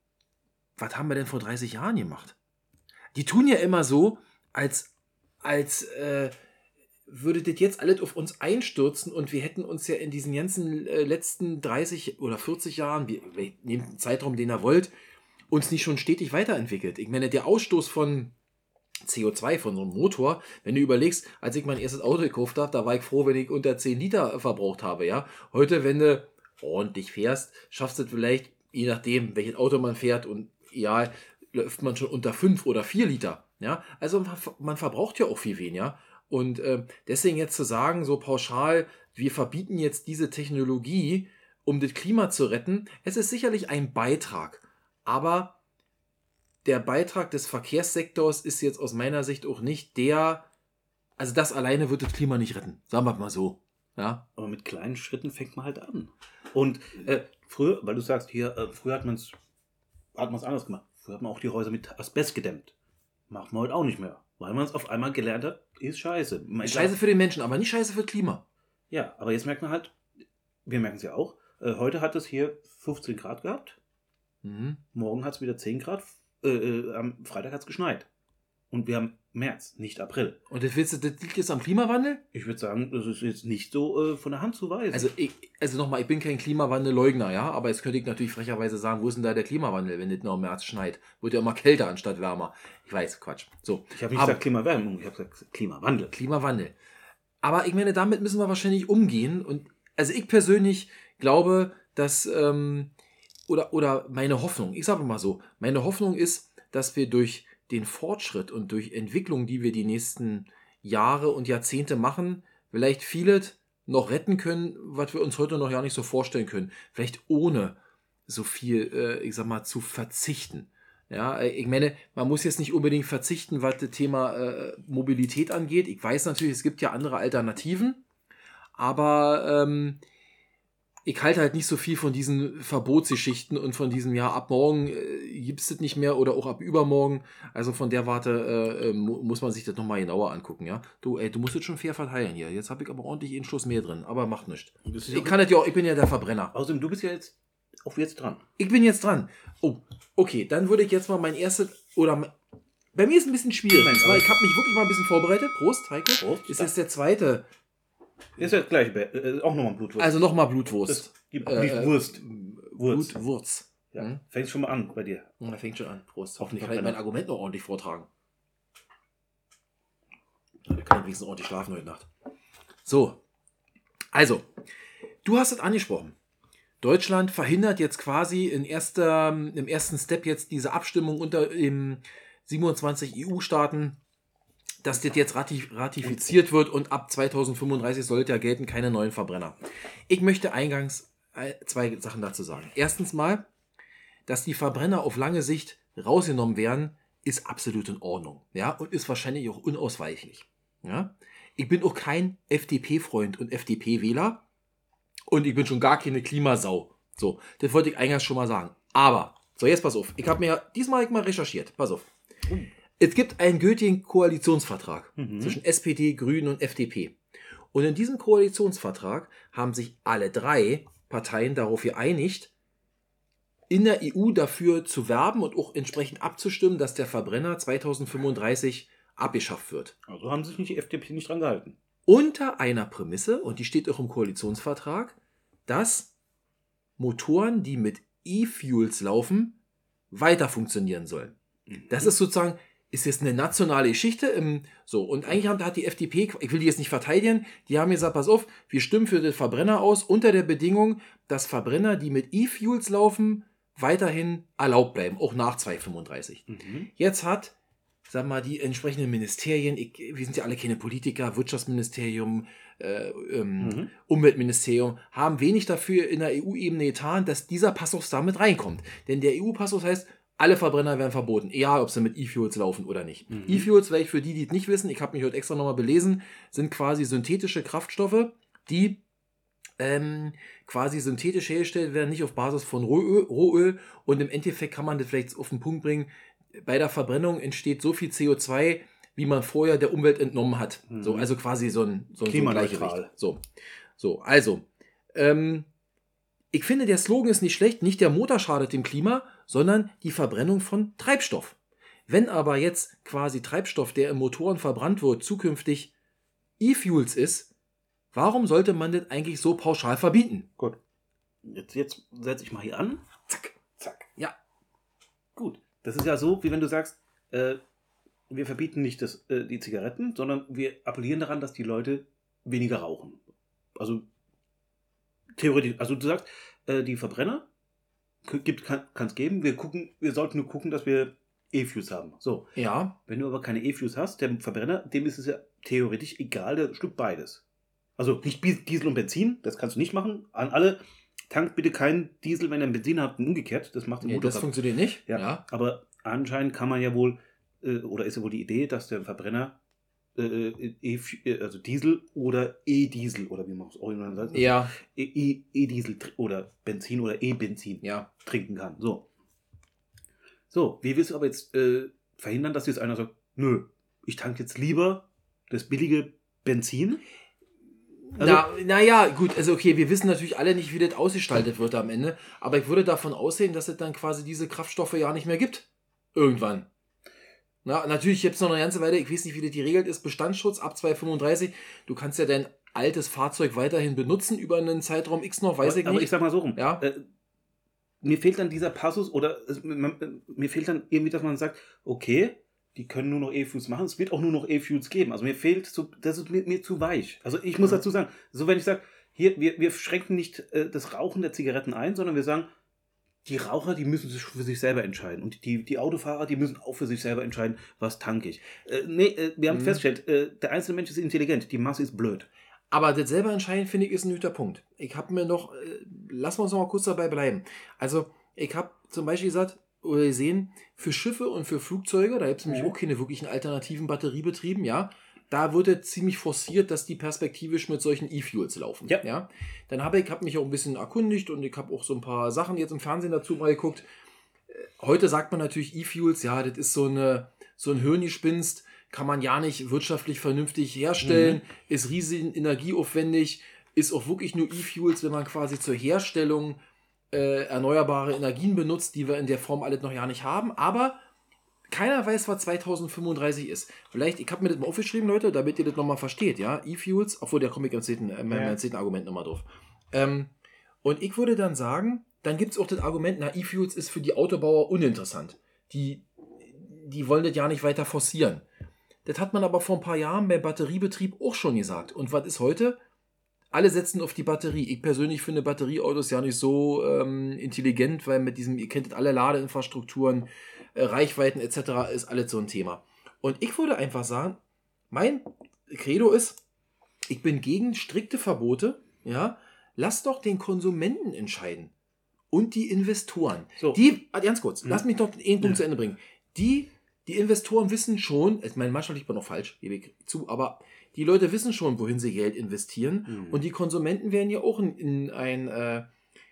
was haben wir denn vor dreißig Jahren gemacht? Die tun ja immer so, als, als äh, würde das jetzt alles auf uns einstürzen und wir hätten uns ja in diesen ganzen äh, letzten dreißig oder vierzig Jahren, wie, nehmt den Zeitraum, den ihr wollt, uns nicht schon stetig weiterentwickelt. Ich meine, der Ausstoß von C O zwei von so einem Motor, wenn du überlegst, als ich mein erstes Auto gekauft habe, da war ich froh, wenn ich unter zehn Liter verbraucht habe, ja. Heute, wenn du ordentlich fährst, schaffst du vielleicht, je nachdem, welches Auto man fährt und ja, läuft man schon unter fünf oder vier Liter, ja. Also man, man verbraucht ja auch viel weniger und äh, deswegen jetzt zu sagen, so pauschal, wir verbieten jetzt diese Technologie, um das Klima zu retten, es ist sicherlich ein Beitrag, aber der Beitrag des Verkehrssektors ist jetzt aus meiner Sicht auch nicht der, also das alleine wird das Klima nicht retten. Sagen wir mal so. Ja? Aber mit kleinen Schritten fängt man halt an. Und äh, früher, weil du sagst, hier, äh, früher hat man es hat man's anders gemacht. Früher hat man auch die Häuser mit Asbest gedämmt. Macht man heute auch nicht mehr. Weil man es auf einmal gelernt hat, ist scheiße. Man Scheiße für den Menschen, aber nicht scheiße für das Klima. Ja, aber jetzt merkt man halt, wir merken es ja auch, äh, heute hat es hier fünfzehn Grad gehabt. Mhm. Morgen hat es wieder zehn Grad. Äh, äh, am Freitag hat es geschneit. Und wir haben März, nicht April. Und das, willst du, das liegt jetzt am Klimawandel? Ich würde sagen, das ist jetzt nicht so äh, von der Hand zu weisen. Also, ich, also nochmal, ich bin kein Klimawandelleugner, ja, aber jetzt könnte ich natürlich frecherweise sagen, wo ist denn da der Klimawandel, wenn es nur im März schneit? Wird ja immer kälter anstatt wärmer. Ich weiß, Quatsch. So. Ich habe nicht aber, gesagt Klimawärmung, ich habe gesagt Klimawandel. Klimawandel. Aber ich meine, damit müssen wir wahrscheinlich umgehen. Und also ich persönlich glaube, dass, ähm, oder, oder meine Hoffnung, ich sage mal so, meine Hoffnung ist, dass wir durch den Fortschritt und durch Entwicklung, die wir die nächsten Jahre und Jahrzehnte machen, vielleicht vieles noch retten können, was wir uns heute noch gar nicht so vorstellen können. Vielleicht ohne so viel, äh, ich sag mal, zu verzichten. Ja, ich meine, man muss jetzt nicht unbedingt verzichten, was das Thema äh, Mobilität angeht. Ich weiß natürlich, es gibt ja andere Alternativen, aber ähm, ich halte halt nicht so viel von diesen Verbotsgeschichten und von diesem, ja, ab morgen äh, gibt es das nicht mehr oder auch ab übermorgen. Also von der Warte äh, mu- muss man sich das nochmal genauer angucken, ja. Du, ey, du musst das schon fair verteilen hier. Jetzt habe ich aber ordentlich einen Schuss mehr drin, aber macht nichts. Ich kann das ja auch, ich bin ja der Verbrenner. Außerdem, du bist ja jetzt auf jetzt dran. Ich bin jetzt dran. Oh, okay, dann würde ich jetzt mal mein erstes, oder mein- bei mir ist es ein bisschen schwierig. Nein, Und zwar, aber- ich habe mich wirklich mal ein bisschen vorbereitet. Prost, Heiko. Prost. Ist jetzt der zweite. Ist ja das gleiche, äh, auch nochmal Blutwurst. Also nochmal Blutwurst. das gibt Äh, nicht äh, Wurst. Wurst. Blutwurz. Ja. Mhm. Fängt schon mal an bei dir. Ja, fängt schon an. Prost. Hoffentlich Hoffentlich kann ich hat mein er- Argument noch ordentlich vortragen. Ja, ich kann ich wenigstens ordentlich schlafen heute Nacht. So. Also, du hast es angesprochen. Deutschland verhindert jetzt quasi in erster, im ersten Step jetzt diese Abstimmung unter im siebenundzwanzig E U-Staaten, dass das jetzt ratif- ratifiziert wird und ab zweitausendfünfunddreißig sollte ja gelten, keine neuen Verbrenner. Ich möchte eingangs äh, zwei Sachen dazu sagen. Erstens mal, dass die Verbrenner auf lange Sicht rausgenommen werden, ist absolut in Ordnung. Ja, und ist wahrscheinlich auch unausweichlich. Ja, ich bin auch kein F D P-Freund und F D P-Wähler und ich bin schon gar keine Klimasau. So, das wollte ich eingangs schon mal sagen. Aber, so jetzt pass auf, ich habe mir, diesmal hab ich mal recherchiert, pass auf. Es gibt einen gültigen Koalitionsvertrag Mhm. zwischen S P D, Grünen und F D P. Und in diesem Koalitionsvertrag haben sich alle drei Parteien darauf geeinigt, in der E U dafür zu werben und auch entsprechend abzustimmen, dass der Verbrenner zweitausendfünfunddreißig abgeschafft wird. Also haben sich nicht die F D P nicht dran gehalten. Unter einer Prämisse, und die steht auch im Koalitionsvertrag, dass Motoren, die mit E-Fuels laufen, weiter funktionieren sollen. Das ist sozusagen, ist jetzt eine nationale Geschichte. Im, so, und eigentlich haben, hat die F D P, ich will die jetzt nicht verteidigen, die haben gesagt, pass auf, wir stimmen für den Verbrenner aus, unter der Bedingung, dass Verbrenner, die mit E-Fuels laufen, weiterhin erlaubt bleiben, auch nach zweitausendfünfunddreißig. Mhm. Jetzt hat, sag mal, die entsprechenden Ministerien, ich, wir sind ja alle keine Politiker, Wirtschaftsministerium, äh, ähm, Mhm. Umweltministerium, haben wenig dafür in der E U-Ebene getan, dass dieser Passus damit reinkommt. Denn der E U-Passus heißt, alle Verbrenner werden verboten, egal ob sie mit E-Fuels laufen oder nicht. Mhm. E-Fuels, vielleicht für die, die es nicht wissen, ich habe mich heute extra nochmal belesen, sind quasi synthetische Kraftstoffe, die ähm, quasi synthetisch hergestellt werden, nicht auf Basis von Rohöl, Rohöl. Und im Endeffekt kann man das vielleicht auf den Punkt bringen, bei der Verbrennung entsteht so viel C O zwei, wie man vorher der Umwelt entnommen hat. Mhm. So, also quasi so ein, so ein Klimaneutral. Gleichgewicht. So, so also, ähm, ich finde, der Slogan ist nicht schlecht, nicht der Motor schadet dem Klima, sondern die Verbrennung von Treibstoff. Wenn aber jetzt quasi Treibstoff, der in Motoren verbrannt wird, zukünftig E-Fuels ist, warum sollte man das eigentlich so pauschal verbieten? Gut. Jetzt, jetzt setze ich mal hier an. Zack. Zack. Ja. Gut. Das ist ja so, wie wenn du sagst, äh, wir verbieten nicht das, äh, die Zigaretten, sondern wir appellieren daran, dass die Leute weniger rauchen. Also theoretisch, also du sagst, äh, die Verbrenner gibt, kann es geben, wir gucken, wir sollten nur gucken, dass wir E-Fuels haben. So. Ja. Wenn du aber keine E-Fuels hast, der Verbrenner, dem ist es ja theoretisch egal, der schluckt beides. Also nicht Diesel und Benzin, das kannst du nicht machen. An alle, tankt bitte keinen Diesel, wenn ihr einen Benzin habt und umgekehrt. Das macht Nee, Motor das kaputt. funktioniert nicht. Ja, Ja. aber anscheinend kann man ja wohl, äh, oder ist ja wohl die Idee, dass der Verbrenner äh, e, also Diesel oder E-Diesel oder wie man es original sagt, also Ja. E- E- E-Diesel tr- oder Benzin oder E-Benzin Ja. trinken kann. So. So, wie willst du aber jetzt äh, verhindern, dass jetzt einer sagt, nö, ich tanke jetzt lieber das billige Benzin? Also- Na, naja, gut, also okay, wir wissen natürlich alle nicht, wie das ausgestaltet wird am Ende, aber ich würde davon ausgehen, dass es dann quasi diese Kraftstoffe ja nicht mehr gibt. Irgendwann. Na, natürlich gibt es noch eine ganze Weile, ich weiß nicht, wie das geregelt ist, Bestandsschutz ab zweihundertfünfunddreißig. Du kannst ja dein altes Fahrzeug weiterhin benutzen über einen Zeitraum X noch, weiß aber, ich nicht. Aber ich sag mal so rum. Ja? Äh, mir fehlt dann dieser Passus oder es, man, mir fehlt dann irgendwie, dass man sagt, okay, die können nur noch E-Fuels machen, es wird auch nur noch E-Fuels geben. Also mir fehlt, so, das ist mir, mir zu weich. Also ich muss Ja. dazu sagen, so wenn ich sage, hier, wir, wir schränken nicht äh, das Rauchen der Zigaretten ein, sondern wir sagen, die Raucher, die müssen sich für sich selber entscheiden. Und die, die Autofahrer, die müssen auch für sich selber entscheiden, was tanke ich. Äh, nee, äh, wir haben Mhm. festgestellt, äh, der einzelne Mensch ist intelligent, die Masse ist blöd. Aber das selber entscheiden, finde ich, ist ein guter Punkt. Ich habe mir noch, äh, lassen wir uns noch mal kurz dabei bleiben. Also, ich habe zum Beispiel gesagt, oder gesehen, für Schiffe und für Flugzeuge, da gibt es nämlich Mhm. auch keine wirklichen alternativen Batteriebetrieben, ja. Da wird jetzt ziemlich forciert, dass die perspektivisch mit solchen E-Fuels laufen. Ja. Ja? Dann habe ich hab mich auch ein bisschen erkundigt und ich habe auch so ein paar Sachen jetzt im Fernsehen dazu mal geguckt. Äh, Heute sagt man natürlich E-Fuels, ja, das ist so, eine, so ein Hirngespinst, kann man ja nicht wirtschaftlich vernünftig herstellen, Mhm. ist riesig energieaufwendig, ist auch wirklich nur E-Fuels, wenn man quasi zur Herstellung äh, erneuerbare Energien benutzt, die wir in der Form alles noch ja nicht haben, aber keiner weiß, was zweitausendfünfunddreißig ist. Vielleicht, ich habe mir das mal aufgeschrieben, Leute, damit ihr das nochmal versteht, ja, E-Fuels, obwohl, da komme ich im zehnten, äh, Ja. im zehnten Argument nochmal drauf. Ähm, und ich würde dann sagen, dann gibt es auch das Argument, na, E-Fuels ist für die Autobauer uninteressant. Die, die wollen das ja nicht weiter forcieren. Das hat man aber vor ein paar Jahren beim Batteriebetrieb auch schon gesagt. Und was ist heute? Alle setzen auf die Batterie. Ich persönlich finde Batterieautos ja nicht so ähm, intelligent, weil mit diesem, ihr kennt das alle Ladeinfrastrukturen, äh, Reichweiten et cetera ist alles so ein Thema. Und ich würde einfach sagen, mein Credo ist, ich bin gegen strikte Verbote, ja, lass doch den Konsumenten entscheiden. Und die Investoren. So. Die, ah, ganz kurz, Mhm. lass mich noch einen Punkt Ja. zu Ende bringen. Die, die Investoren wissen schon, ich meine, manchmal liegt man noch falsch, gebe ich zu, aber die Leute wissen schon, wohin sie Geld investieren. Mhm. Und die Konsumenten werden ja auch in, in ein, äh,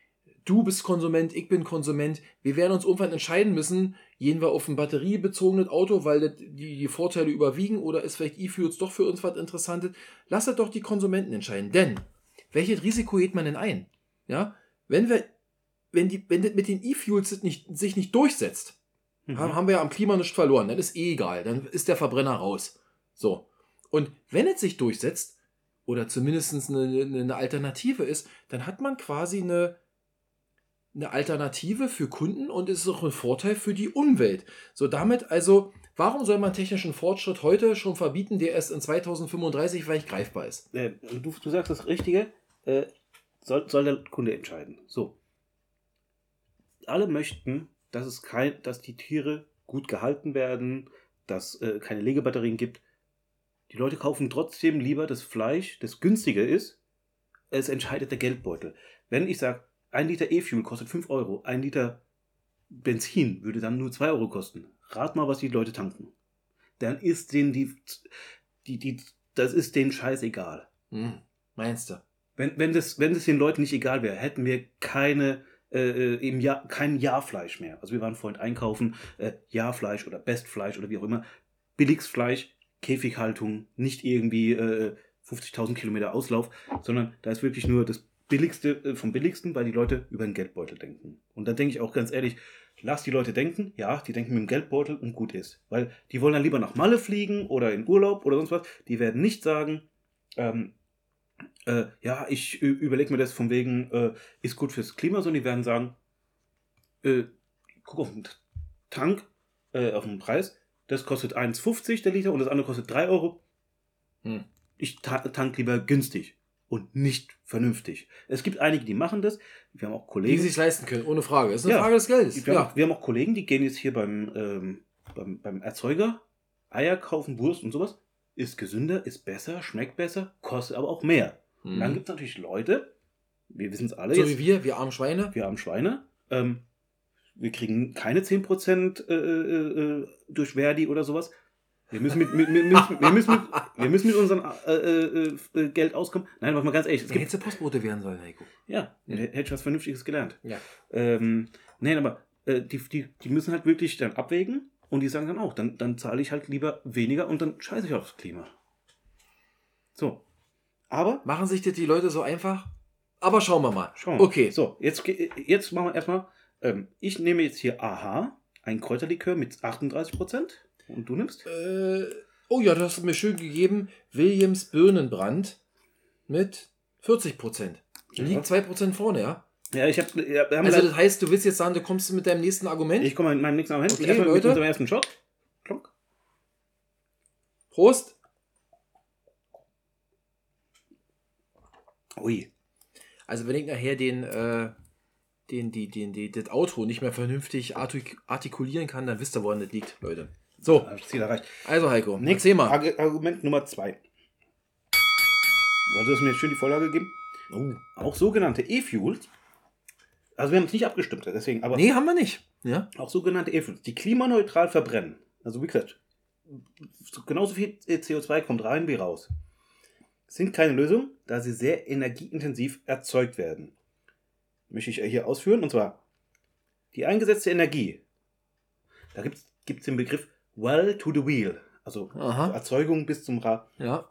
du bist Konsument, ich bin Konsument. Wir werden uns irgendwann entscheiden müssen, gehen wir auf ein batteriebezogenes Auto, weil das, die, die Vorteile überwiegen, oder ist vielleicht E-Fuels doch für uns was Interessantes. Lasst doch die Konsumenten entscheiden. Denn, welches Risiko geht man denn ein? Ja, wenn wir, wenn die, wenn das mit den E-Fuels das nicht, sich nicht durchsetzt, Mhm. haben haben wir ja am Klima nichts verloren. Dann ist eh egal. Dann ist der Verbrenner raus. So. Und wenn es sich durchsetzt, oder zumindest eine, eine, eine Alternative ist, dann hat man quasi eine, eine Alternative für Kunden und es ist auch ein Vorteil für die Umwelt. So, damit also, warum soll man technischen Fortschritt heute schon verbieten, der erst in zweitausendfünfunddreißig vielleicht greifbar ist? Äh, du, du sagst das Richtige, äh, soll, soll der Kunde entscheiden. So. Alle möchten, dass, es kein, dass die Tiere gut gehalten werden, dass es äh, keine Legebatterien gibt. Die Leute kaufen trotzdem lieber das Fleisch, das günstiger ist. Es entscheidet der Geldbeutel. Wenn ich sage, ein Liter E-Fuel kostet fünf Euro, ein Liter Benzin würde dann nur zwei Euro kosten. Rat mal, was die Leute tanken. Dann ist denen die, die, die das ist denen scheißegal. Hm, meinst du? Wenn, wenn, das, wenn das den Leuten nicht egal wäre, hätten wir keine, äh, im Jahr, kein Jahrfleisch mehr. Also wir waren vorhin einkaufen, äh, Jahrfleisch oder Bestfleisch oder wie auch immer. Billigsfleisch, Käfighaltung, nicht irgendwie äh, fünfzigtausend Kilometer Auslauf, sondern da ist wirklich nur das Billigste äh, vom Billigsten, weil die Leute über den Geldbeutel denken. Und da denke ich auch ganz ehrlich, lass die Leute denken, ja, die denken mit dem Geldbeutel und gut ist. Weil die wollen dann lieber nach Malle fliegen oder in Urlaub oder sonst was. Die werden nicht sagen, ähm, äh, ja, ich überlege mir das von wegen, äh, ist gut fürs Klima, sondern die werden sagen, äh, guck auf den Tank, äh, auf den Preis, das kostet eins fünfzig der Liter und das andere kostet drei Euro. Hm. Ich ta- tank lieber günstig und nicht vernünftig. Es gibt einige, die machen das. Wir haben auch Die Kollegen. sich leisten können, ohne Frage. Das ist eine Ja. Frage des Geldes. Wir, Ja. haben, wir haben auch Kollegen, die gehen jetzt hier beim, ähm, beim, beim Erzeuger Eier kaufen, Wurst und sowas. Ist gesünder, ist besser, schmeckt besser, kostet aber auch mehr. Hm. Und dann gibt es natürlich Leute, wir wissen es alle So jetzt, wie wir, wir armen Schweine. wir haben Schweine, ähm, wir kriegen keine zehn Prozent äh, äh, durch Verdi oder sowas. Wir müssen mit, mit, mit, mit, wir müssen mit, wir müssen mit unserem äh, äh, äh, Geld auskommen. Nein, aber mal ganz ehrlich, es Der gibt, hätte Postbote werden sollen, Heiko. ja, hätte ich was Vernünftiges gelernt. Ja. Ähm, nein, aber äh, die, die, die müssen halt wirklich dann abwägen und die sagen dann auch, dann, dann zahle ich halt lieber weniger und dann scheiße ich aufs Klima. So. Aber, Machen sich das die Leute so einfach? Aber schauen wir mal. schauen wir mal. Okay. So, jetzt, ge- jetzt machen wir erstmal, ähm, ich nehme jetzt hier A H, ein Kräuterlikör mit achtunddreißig Prozent. Und du nimmst? Äh, oh ja, du hast mir schön gegeben. Williams Birnenbrand mit vierzig Prozent. Liegt Ja. zwei Prozent vorne, ja? Ja, ich habe. Ja, wir haben Also leider- das heißt, du willst jetzt sagen, du kommst mit deinem nächsten Argument? ich komme mit meinem nächsten Argument. Okay, Erstmal mit Leute. unserem ersten Shot. Klonk. Prost! Ui. Also wenn ich nachher den, äh, den, die, den, die, das Outro nicht mehr vernünftig artik- artikulieren kann, dann wisst ihr, woran das liegt, Leute. So, Das Ziel erreicht. also Heiko, Nächstes erzähl mal. Arg- Argument Nummer zwei. Du hast mir jetzt schön die Vorlage gegeben. Oh. Auch sogenannte E-Fuels. Also wir haben es nicht abgestimmt, deswegen, aber Nee, haben wir nicht. Ja? auch sogenannte E-Fuels, die klimaneutral verbrennen. Also wie gesagt, genauso viel C O zwei kommt rein wie raus. Sind keine Lösung, da sie sehr energieintensiv erzeugt werden. Möchte ich hier ausführen, und zwar die eingesetzte Energie. Da gibt es den Begriff well to the wheel, also Aha. Erzeugung bis zum Rad. Ja.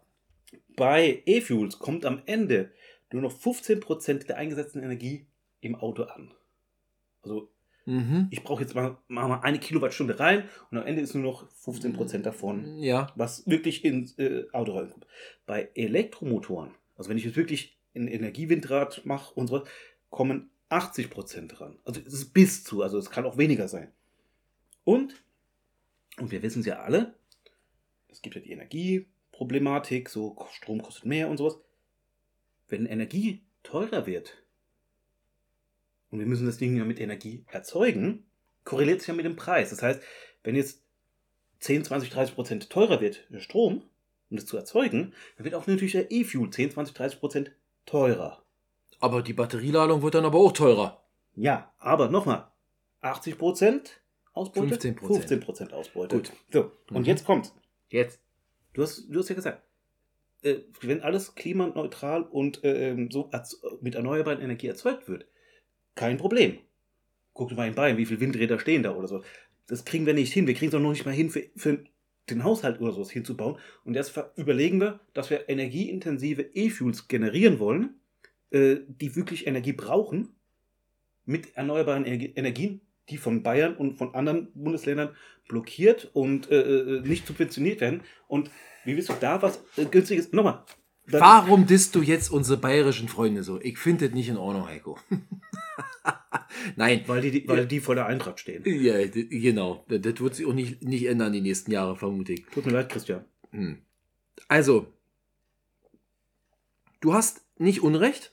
Bei E-Fuels kommt am Ende nur noch fünfzehn Prozent der eingesetzten Energie im Auto an. Also Mhm. ich brauche jetzt mal, mal mal eine Kilowattstunde rein und am Ende ist nur noch fünfzehn Prozent davon, Ja. was wirklich ins äh, Auto reinkommt. Bei Elektromotoren, also wenn ich jetzt wirklich ein Energiewindrad mache und sowas, kommen achtzig Prozent ran. Also es ist bis zu, also es kann auch weniger sein. Und, und wir wissen es ja alle, es gibt ja die Energieproblematik, so Strom kostet mehr und sowas. Wenn Energie teurer wird, und wir müssen das Ding ja mit Energie erzeugen, korreliert es ja mit dem Preis. Das heißt, wenn jetzt zehn, zwanzig, dreißig Prozent teurer wird der Strom, um das zu erzeugen, dann wird auch natürlich der E-Fuel zehn, zwanzig, dreißig Prozent teurer. Aber die Batterieladung wird dann aber auch teurer. Ja, aber nochmal, achtzig Prozent Ausbeute, fünfzehn Prozent. fünfzehn Prozent Ausbeute. Gut. So, und Mhm. jetzt kommt's. Jetzt. Du hast, du hast ja gesagt, äh, wenn alles klimaneutral und äh, so erz- mit erneuerbarer Energie erzeugt wird, kein Problem. Guck dir mal in Bayern, wie viele Windräder stehen da oder so. Das kriegen wir nicht hin. Wir kriegen es auch noch nicht mal hin, für, für den Haushalt oder sowas hinzubauen. Und jetzt ver- überlegen wir, dass wir energieintensive E-Fuels generieren wollen, äh, die wirklich Energie brauchen, mit erneuerbaren Energie- Energien, die von Bayern und von anderen Bundesländern blockiert und äh, äh, nicht subventioniert werden. Und wie willst du da was äh, günstiges? Nochmal. Dann- Warum disst du jetzt unsere bayerischen Freunde so? Ich finde das nicht in Ordnung, Heiko. Nein. Weil die, die, weil die vor der Eintracht stehen. Ja, d- genau. Das das wird sich auch nicht, nicht ändern die nächsten Jahre, vermute ich. Tut mir leid, Christian. Hm. Also, du hast nicht Unrecht,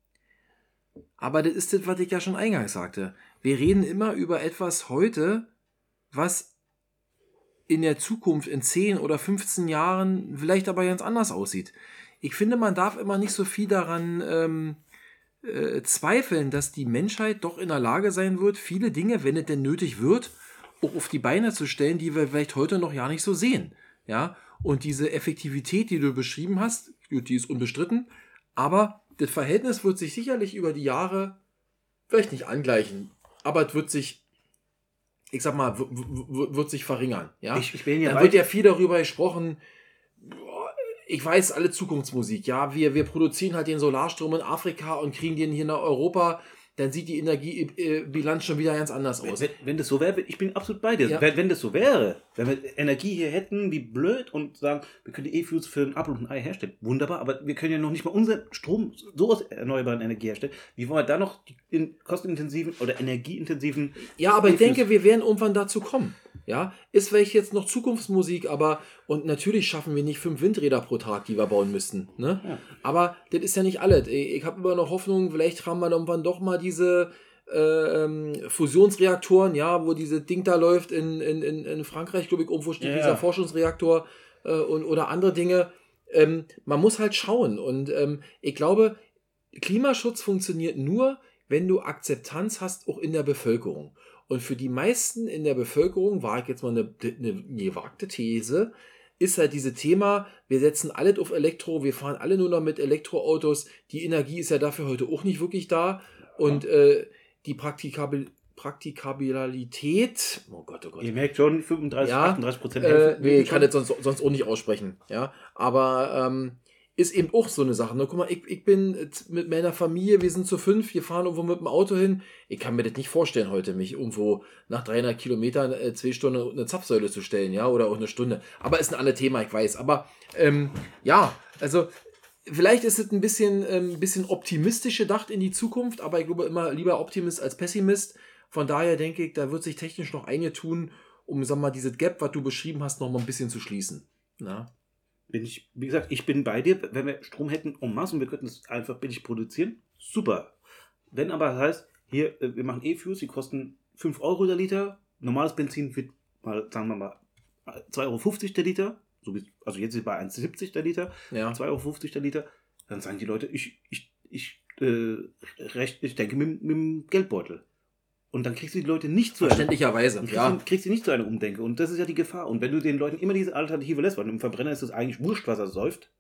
aber das ist das, was ich ja schon eingangs sagte. Wir reden immer über etwas heute, was in der Zukunft in zehn oder fünfzehn Jahren vielleicht aber ganz anders aussieht. Ich finde, man darf immer nicht so viel daran ähm, äh, zweifeln, dass die Menschheit doch in der Lage sein wird, viele Dinge, wenn es denn nötig wird, auch auf die Beine zu stellen, die wir vielleicht heute noch gar nicht so sehen. Ja? Und diese Effektivität, die du beschrieben hast, die ist unbestritten, aber das Verhältnis wird sich sicherlich über die Jahre vielleicht nicht angleichen, aber es wird sich, ich sag mal, w- w- wird sich verringern. Ja? Ich, ich bin ja Da weit- wird ja viel darüber gesprochen, boah, ich weiß, alle Zukunftsmusik, ja, wir, wir produzieren halt den Solarstrom in Afrika und kriegen den hier nach Europa, dann sieht die Energiebilanz schon wieder ganz anders aus. Wenn, wenn das so wäre, ich bin absolut bei dir. Ja. Wenn, wenn das so wäre, wenn wir Energie hier hätten, wie blöd, und sagen, wir können die E-Fuels für ein Apfel und ein Ei herstellen. Wunderbar, aber wir können ja noch nicht mal unseren Strom so aus erneuerbaren Energie herstellen. Wie wollen wir da noch die in kostenintensiven oder energieintensiven... Ja, aber ich E-Fuels- denke, wir werden irgendwann dazu kommen. Ja, ist vielleicht jetzt noch Zukunftsmusik, aber und natürlich schaffen wir nicht fünf Windräder pro Tag, die wir bauen müssten. Ne? Ja. Aber das ist ja nicht alles. Ich, ich habe immer noch Hoffnung, vielleicht haben wir irgendwann doch mal diese äh, ähm, Fusionsreaktoren, ja, wo diese Ding da läuft in, in, in, in Frankreich, glaube ich, irgendwo steht Ja, dieser ja. Forschungsreaktor äh, und, oder andere Dinge. Ähm, man muss halt schauen und ähm, ich glaube, Klimaschutz funktioniert nur, wenn du Akzeptanz hast, auch in der Bevölkerung. Und für die meisten in der Bevölkerung, war ich jetzt mal eine, eine gewagte These, ist halt dieses Thema, wir setzen alles auf Elektro, wir fahren alle nur noch mit Elektroautos, die Energie ist ja dafür heute auch nicht wirklich da und äh, die Praktikabil Praktikabilität, oh Gott, oh Gott, Ihr merkt schon, fünfunddreißig, Ja, achtunddreißig Prozent äh, helfen. nee, ich kann das sonst, sonst auch nicht aussprechen, ja, aber ähm, ist eben auch so eine Sache. Ne? Guck mal, ich, ich bin mit meiner Familie, wir sind zu fünf, wir fahren irgendwo mit dem Auto hin. Ich kann mir das nicht vorstellen, heute mich irgendwo nach dreihundert Kilometern äh, zwei Stunden eine Zapfsäule zu stellen, ja, oder auch eine Stunde. Aber ist ein anderes Thema, ich weiß. Aber ähm, ja, also vielleicht ist es ein bisschen, ähm, ein bisschen optimistisch gedacht in die Zukunft, aber ich glaube immer lieber Optimist als Pessimist. Von daher denke ich, da wird sich technisch noch einige tun, um, sag mal, dieses Gap, was du beschrieben hast, noch mal ein bisschen zu schließen. Na? Wenn ich, wie gesagt, ich bin bei dir, wenn wir Strom hätten en masse und wir könnten es einfach billig produzieren, super. Wenn aber das heißt, hier, wir machen E-Fuels, die kosten fünf Euro der Liter, normales Benzin wird mal, sagen wir mal, zwei Euro fünfzig der Liter, so wie, also jetzt ist es bei eins siebzig der Liter, Ja. zwei Euro fünfzig der Liter, dann sagen die Leute, ich, ich, ich, äh, recht, ich denke mit, mit dem Geldbeutel. Und dann kriegst du die Leute nicht zu einer, Verständlicherweise, kriegst, ja. du, kriegst du nicht zu einer Umdenke. Und das ist ja die Gefahr. Und wenn du den Leuten immer diese Alternative lässt, weil im Verbrenner ist es eigentlich wurscht, was er säuft,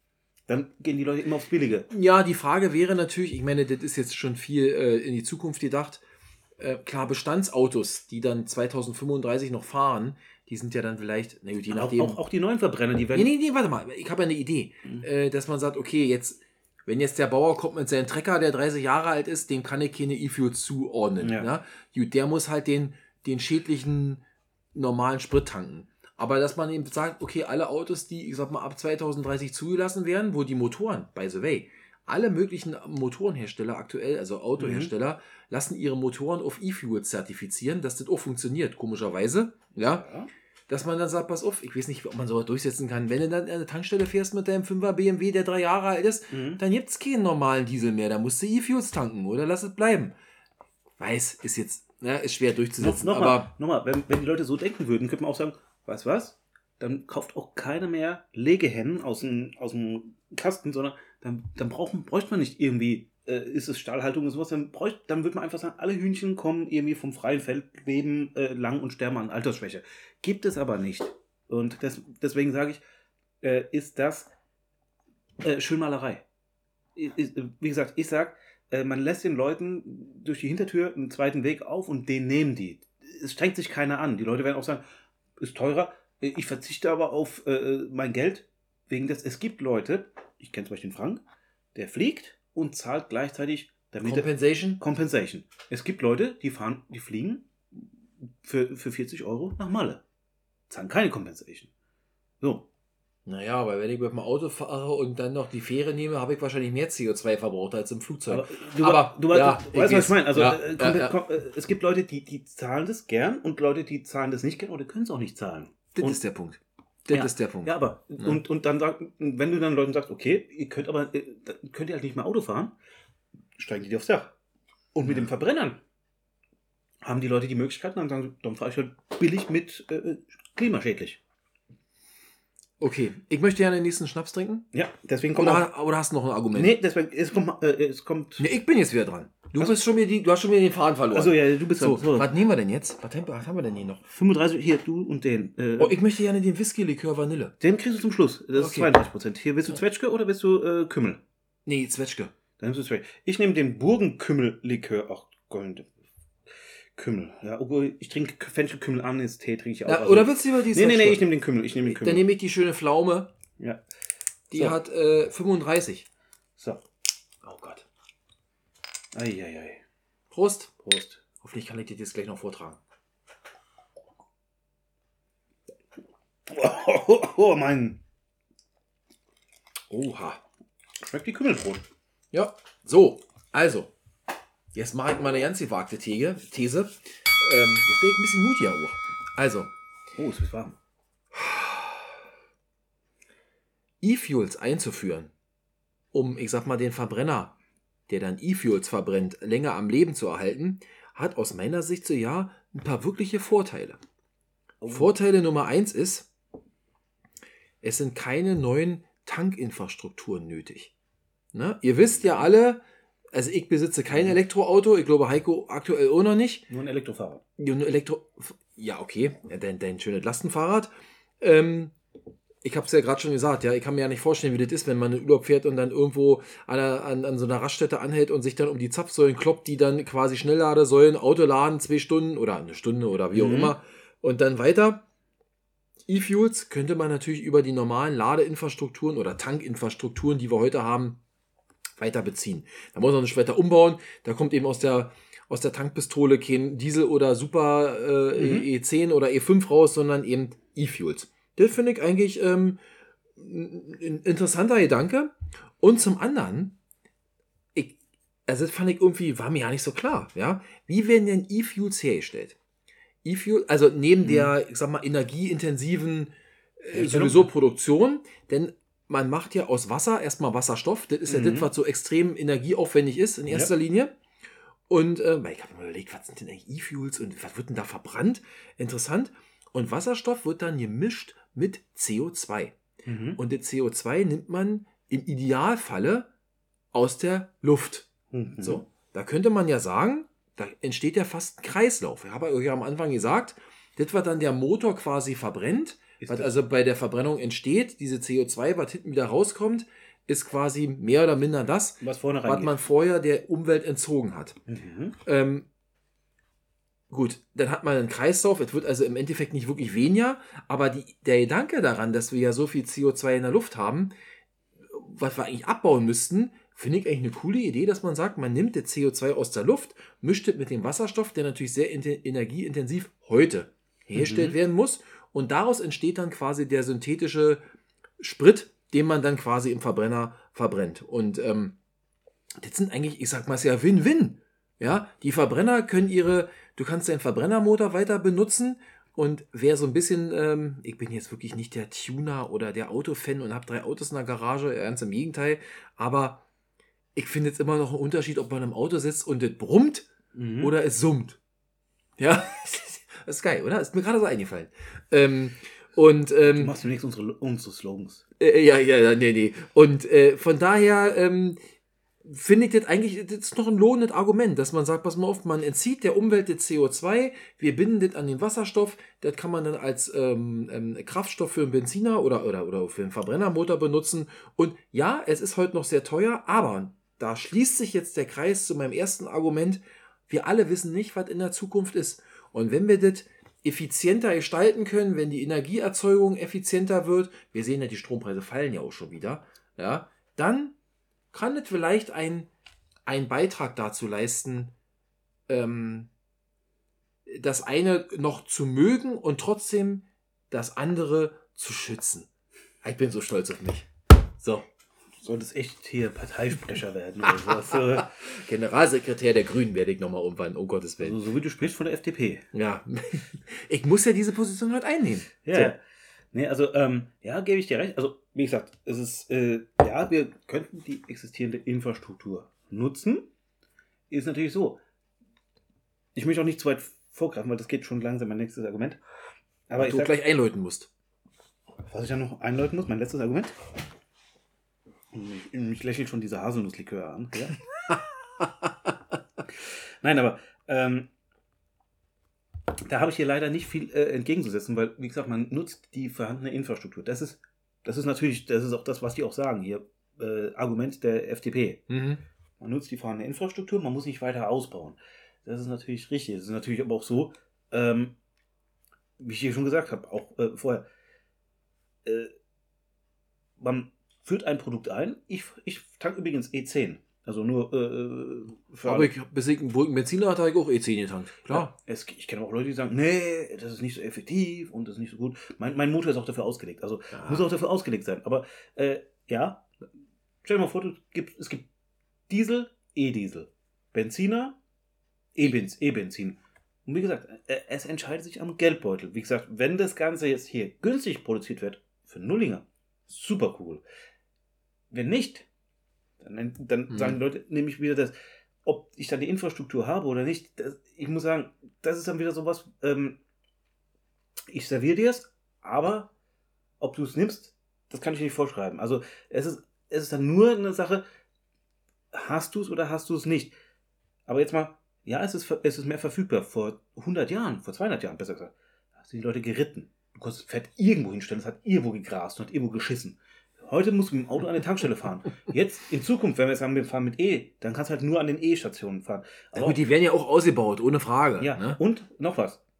dann gehen die Leute immer aufs Billige. Ja, die Frage wäre natürlich, ich meine, das ist jetzt schon viel äh, in die Zukunft gedacht. Äh, klar, Bestandsautos, die dann zweitausendfünfunddreißig noch fahren, die sind ja dann vielleicht, na gut, je nachdem. Auch, auch, auch die neuen Verbrenner, die werden... Nee, nee, nee, warte mal, ich habe ja eine Idee, mhm. äh, dass man sagt, okay, jetzt, wenn jetzt der Bauer kommt mit seinem Trecker, der dreißig Jahre alt ist, dem kann ich keine E-Fuels zuordnen. Ja. Ne? Gut, der muss halt den, den schädlichen normalen Sprit tanken. Aber dass man eben sagt, okay, alle Autos, die, ich sag mal, ab zweitausenddreißig zugelassen werden, wo die Motoren, by the way, alle möglichen Motorenhersteller aktuell, also Autohersteller, mhm. lassen ihre Motoren auf E-Fuels zertifizieren, dass das auch funktioniert, komischerweise. Ja. ja. Dass man dann sagt, pass auf, ich weiß nicht, ob man sowas durchsetzen kann. Wenn du dann an eine Tankstelle fährst mit deinem fünfer B M W, der drei Jahre alt ist, mhm. dann gibt es keinen normalen Diesel mehr. Da musst du E-Fuels tanken oder lass es bleiben. Weiß, ist jetzt, ja, ist schwer durchzusetzen. Noch, noch aber mal, noch mal, wenn, wenn die Leute so denken würden, könnte man auch sagen, weißt du was? Dann kauft auch keiner mehr Legehennen aus dem, aus dem Kasten, sondern dann, dann brauchen, bräuchte man nicht irgendwie, äh, ist es Stahlhaltung und sowas, dann, bräuchte, dann würde man einfach sagen, alle Hühnchen kommen irgendwie vom freien Feld, leben äh, lang und sterben an Altersschwäche. Gibt es aber nicht. Und das, deswegen sage ich, äh, ist das äh, Schönmalerei. Ist, wie gesagt, ich sage, äh, man lässt den Leuten durch die Hintertür einen zweiten Weg auf und den nehmen die. Es strengt sich keiner an. Die Leute werden auch sagen, ist teurer, ich verzichte aber auf äh, mein Geld, wegen des, es gibt Leute, ich kenne zum Beispiel den Frank, der fliegt und zahlt gleichzeitig damit Compensation? Er, Compensation. Es gibt Leute, die fahren, die fliegen für, für vierzig Euro nach Malle. Zahlen keine Compensation. So. Naja, aber wenn ich mit dem Auto fahre und dann noch die Fähre nehme, habe ich wahrscheinlich mehr C O zwei verbraucht als im Flugzeug. Aber du, aber, du, ja, du weißt, was ich meine. Also, ja, äh, ja, ja. Kom- äh, es gibt Leute, die, die zahlen das gern und Leute, die zahlen das nicht gern oder können es auch nicht zahlen. Das und, ist der Punkt. Das ja, ist der Punkt. Ja, aber, ja. Und, und dann sagt, wenn du dann Leuten sagst, okay, ihr könnt aber, äh, könnt ihr halt nicht mehr Auto fahren, steigen die dir aufs Dach. Und mit ja. den Verbrennern haben die Leute die Möglichkeit, dann sagen sie, dann fahre ich halt billig mit äh, klimaschädlich. Okay, ich möchte gerne den nächsten Schnaps trinken. Ja, deswegen kommt oder, oder hast du noch ein Argument? Nee, deswegen, es kommt, äh, es kommt... Nee, ich bin jetzt wieder dran. Du, also, bist schon wieder die, du hast schon wieder den Faden verloren. Also ja, du bist so. so. Was nehmen wir denn jetzt? Was, was haben wir denn hier noch? fünfunddreißig, hier, du und den. Äh, oh, ich möchte gerne den Whisky-Likör Vanille. Den kriegst du zum Schluss. Das ist okay. zweiunddreißig Prozent. Hier, willst du Zwetschge oder willst du äh, Kümmel? Nee, Zwetschge. Dann nimmst du Zwetschge. Ich nehme den Burgenkümmel-Likör. Ach, Gold. Kümmel. Ja, obwohl ich trinke Fenchelkümmel an, ist Tee trinke ich auch. Ja, also, oder willst du lieber die Zwetschge? Nee, nee, nee, ich nehme den Kümmel. Ich nehme den Kümmel. Dann nehme ich die schöne Pflaume. Ja. Die so. hat äh, fünfunddreißig. So. Oh Gott. Eieiei. Prost. Prost. Hoffentlich kann ich dir das gleich noch vortragen. Oh, oh, oh mein. Oha. Schmeckt wie Kümmelbrot. Ja. So, also. Jetzt mache ich mal eine ganz gewagte These. These. Ähm, jetzt bin ich ein bisschen mutiger auch. Also. Oh, es ist warm. E-Fuels einzuführen, um, ich sag mal, den Verbrenner, der dann E-Fuels verbrennt, länger am Leben zu erhalten, hat aus meiner Sicht so ja ein paar wirkliche Vorteile. Oh. Vorteile Nummer eins ist, es sind keine neuen Tankinfrastrukturen nötig. Ne? Ihr wisst ja alle, also ich besitze kein Elektroauto, ich glaube Heiko aktuell auch noch nicht. Nur ein Elektrofahrrad. Nur ein Elektro... Ja, okay, dein, dein schönes Lastenfahrrad. Ähm, Ich habe es ja gerade schon gesagt, ja, ich kann mir ja nicht vorstellen, wie das ist, wenn man in Urlaub fährt und dann irgendwo an, einer, an, an so einer Raststätte anhält und sich dann um die Zapfsäulen kloppt, die dann quasi Schnellladesäulen, Auto laden, zwei Stunden oder eine Stunde oder wie auch mhm. immer und dann weiter. E-Fuels könnte man natürlich über die normalen Ladeinfrastrukturen oder Tankinfrastrukturen, die wir heute haben, weiter beziehen. Da muss man nicht weiter umbauen. Da kommt eben aus der, aus der Tankpistole kein Diesel oder Super äh, mhm. E zehn oder E fünf raus, sondern eben E-Fuels. Das finde ich eigentlich ähm, ein interessanter Gedanke. Und zum anderen, ich, also das fand ich irgendwie, war mir ja nicht so klar. Ja? Wie werden denn E-Fuels hergestellt? E-Fuel, also neben mhm. der, ich sag mal, energieintensiven äh, sowieso Produktion, denn man macht ja aus Wasser erstmal Wasserstoff. Das ist ja mhm. das, was so extrem energieaufwendig ist in erster ja. Linie. Und äh, ich habe mir überlegt, was sind denn eigentlich E-Fuels und was wird denn da verbrannt? Interessant. Und Wasserstoff wird dann gemischt mit C O zwei. Mhm. Und das C O zwei nimmt man im Idealfalle aus der Luft. Mhm. So, da könnte man ja sagen, da entsteht ja fast ein Kreislauf. Ich habe euch ja am Anfang gesagt, das, was dann der Motor quasi verbrennt, ist was also bei der Verbrennung entsteht, diese C O zwei, was hinten wieder rauskommt, ist quasi mehr oder minder das, was, vorne was man vorher der Umwelt entzogen hat. Mhm. Ähm, gut, dann hat man einen Kreislauf, es wird also im Endeffekt nicht wirklich weniger, aber die, der Gedanke daran, dass wir ja so viel C O zwei in der Luft haben, was wir eigentlich abbauen müssten, finde ich eigentlich eine coole Idee, dass man sagt, man nimmt das C O zwei aus der Luft, mischt es mit dem Wasserstoff, der natürlich sehr in- energieintensiv heute hergestellt mhm. werden muss. Und daraus entsteht dann quasi der synthetische Sprit, den man dann quasi im Verbrenner verbrennt. Und ähm, das sind eigentlich, ich sag mal, es ist ja Win-Win. Ja, die Verbrenner können ihre, du kannst deinen Verbrennermotor weiter benutzen. Und wer so ein bisschen, ähm, ich bin jetzt wirklich nicht der Tuner oder der Autofan und habe drei Autos in der Garage, ganz im Gegenteil, aber ich finde jetzt immer noch einen Unterschied, ob man im Auto sitzt und es brummt mhm. oder es summt. Ja, das ist geil, oder? Ist mir gerade so eingefallen. Ähm, und, ähm, du machst demnächst unsere, unsere Slogans. Äh, ja, ja, ja, nee, nee. Und äh, von daher ähm, finde ich das eigentlich, das ist noch ein lohnendes Argument, dass man sagt, pass mal auf, man entzieht der Umwelt das C O zwei, wir binden das an den Wasserstoff, das kann man dann als ähm, ähm, Kraftstoff für einen Benziner oder, oder, oder für einen Verbrennermotor benutzen. Und ja, es ist heute noch sehr teuer, aber da schließt sich jetzt der Kreis zu meinem ersten Argument, wir alle wissen nicht, was in der Zukunft ist. Und wenn wir das effizienter gestalten können, wenn die Energieerzeugung effizienter wird, wir sehen ja, die Strompreise fallen ja auch schon wieder, ja, dann kann das vielleicht ein, ein Beitrag dazu leisten, ähm, das eine noch zu mögen und trotzdem das andere zu schützen. Ich bin so stolz auf mich. So. Du solltest echt hier Parteisprecher werden. Oder so. Generalsekretär der Grünen werde ich nochmal irgendwann, um Gottes Willen. Also, so wie du sprichst von der F D P. Ja, ich muss ja diese Position halt einnehmen. Ja, so. Nee, also, ähm, ja, gebe ich dir recht. Also, wie gesagt, es ist, äh, ja, wir könnten die existierende Infrastruktur nutzen. Ist natürlich so. Ich möchte auch nicht zu weit vorgreifen, weil das geht schon langsam mein nächstes Argument. Aber was ich du sag, gleich einläuten musst. Was ich ja noch einläuten muss, mein letztes Argument. Mich, mich lächelt schon dieser Haselnusslikör an. Ja? Nein, aber ähm, da habe ich hier leider nicht viel äh, entgegenzusetzen, weil, wie gesagt, man nutzt die vorhandene Infrastruktur. Das ist, das ist natürlich, das ist auch das, was die auch sagen hier. Äh, Argument der F D P. Mhm. Man nutzt die vorhandene Infrastruktur, man muss nicht weiter ausbauen. Das ist natürlich richtig. Das ist natürlich aber auch so, ähm, wie ich hier schon gesagt habe, auch äh, vorher, äh, man führt ein Produkt ein. Ich, ich tank übrigens E zehn. Also nur äh, für aber ich, bis ich einen Benziner hatte, habe ich auch E zehn getankt. Klar. Ja, es, ich kenne auch Leute, die sagen, nee, das ist nicht so effektiv und das ist nicht so gut. Mein, mein Motor ist auch dafür ausgelegt. Also ja. muss auch dafür ausgelegt sein. Aber äh, ja, stell dir mal vor, du gibt, es gibt Diesel, E-Diesel. Benziner, E-Benz, E-Benzin. Und wie gesagt, äh, es entscheidet sich am Geldbeutel. Wie gesagt, wenn das Ganze jetzt hier günstig produziert wird, für Nullinger, super cool. Wenn nicht, dann, dann hm. sagen die Leute nämlich wieder das, ob ich dann die Infrastruktur habe oder nicht. Das, ich muss sagen, das ist dann wieder sowas, ähm, ich serviere dir es, aber ob du es nimmst, das kann ich nicht vorschreiben. Also es ist, es ist dann nur eine Sache, hast du es oder hast du es nicht. Aber jetzt mal, ja, es ist, es ist mehr verfügbar. Vor hundert Jahren, vor zweihundert Jahren besser gesagt, da sind die Leute geritten. Du konntest das Pferd irgendwo hinstellen, es hat irgendwo gegrast und hat irgendwo geschissen. Heute musst du mit dem Auto an die Tankstelle fahren. Jetzt, in Zukunft, wenn wir sagen, wir fahren mit E, dann kannst du halt nur an den E-Stationen fahren. Aber ja, gut, die werden ja auch ausgebaut, ohne Frage. Ja, ne? Und noch was.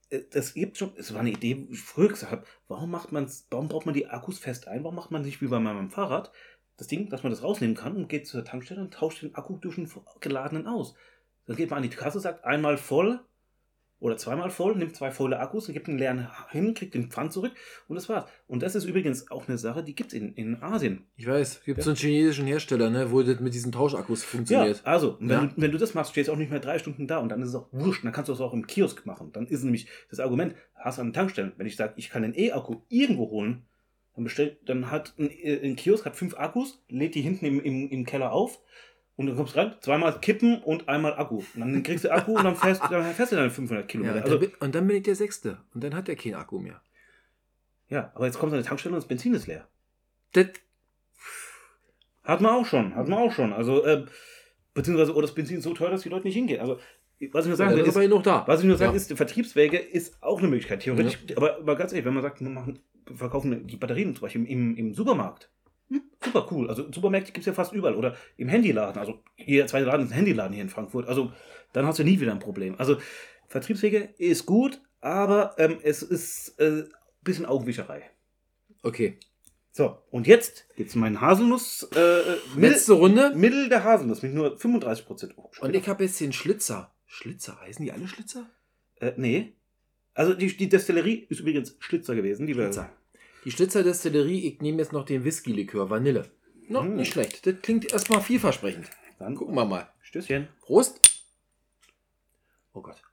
das gibt schon, es war eine Idee, wo ich früher gesagt habe, warum macht man's, warum baut man die Akkus fest ein? Warum macht man nicht wie bei meinem Fahrrad das Ding, dass man das rausnehmen kann und geht zur Tankstelle und tauscht den Akku durch den geladenen aus. Dann geht man an die Kasse, sagt einmal voll oder zweimal voll, nimmt zwei volle Akkus und gibt einen leeren hin, kriegt den Pfand zurück und das war's. Und das ist übrigens auch eine Sache, die gibt es in, in Asien. Ich weiß, es gibt Ja. so einen chinesischen Hersteller, ne, wo das mit diesen Tauschakkus funktioniert. Ja, also, wenn, Ja. Du, wenn du das machst, stehst du auch nicht mehr drei Stunden da und dann ist es auch wurscht. Dann kannst du das auch im Kiosk machen. Dann ist nämlich das Argument, hast du an den Tankstellen, wenn ich sage, ich kann einen E-Akku irgendwo holen, dann bestellt, dann hat ein, ein Kiosk hat fünf Akkus, lädt die hinten im, im, im Keller auf und dann kommst du rein, zweimal Kippen und einmal Akku. Und dann kriegst du Akku und dann fährst, dann fährst du deine fünfhundert Ja, Kilometer. und, also, dann bin, und dann bin ich der Sechste. Und dann hat der keinen Akku mehr. ja, aber jetzt kommst du an die Tankstelle und das Benzin ist leer. Das, Hat man auch schon, hat man auch schon. Also, äh, beziehungsweise, oder das Benzin ist so teuer, dass die Leute nicht hingehen. Also, was ich nur sagen ja, will, das ist ist, aber noch da. was ich nur sage, Ja. ist, Vertriebswege ist auch eine Möglichkeit, theoretisch. Aber, aber ganz ehrlich, wenn man sagt, wir machen, wir verkaufen die Batterien zum Beispiel im, im Supermarkt. Hm, super cool. Also Supermärkte gibt es ja fast überall. Oder im Handyladen. Also jeder zweite Laden ist ein Handyladen hier in Frankfurt. Also dann hast du nie wieder ein Problem. Also Vertriebswege ist gut, aber ähm, es ist äh, ein bisschen Augenwischerei. Okay. So, und jetzt geht's in meinen Haselnuss. Äh, Mittel, Letzte Runde. Mittel der Haselnuss mit nur fünfunddreißig Prozent. Oh, Und ich habe jetzt den Schlitzer. Schlitzer, heißen die alle Schlitzer? äh, nee. Also die, die Destillerie ist übrigens Schlitzer gewesen. Die wir- Schlitzer. Die Schlitzer Destillerie, ich nehme jetzt noch den Whisky-Likör, Vanille. No, Hm. nicht schlecht. Das klingt erstmal vielversprechend. Dann Gucken wir mal. Stößchen. Prost. Oh Gott.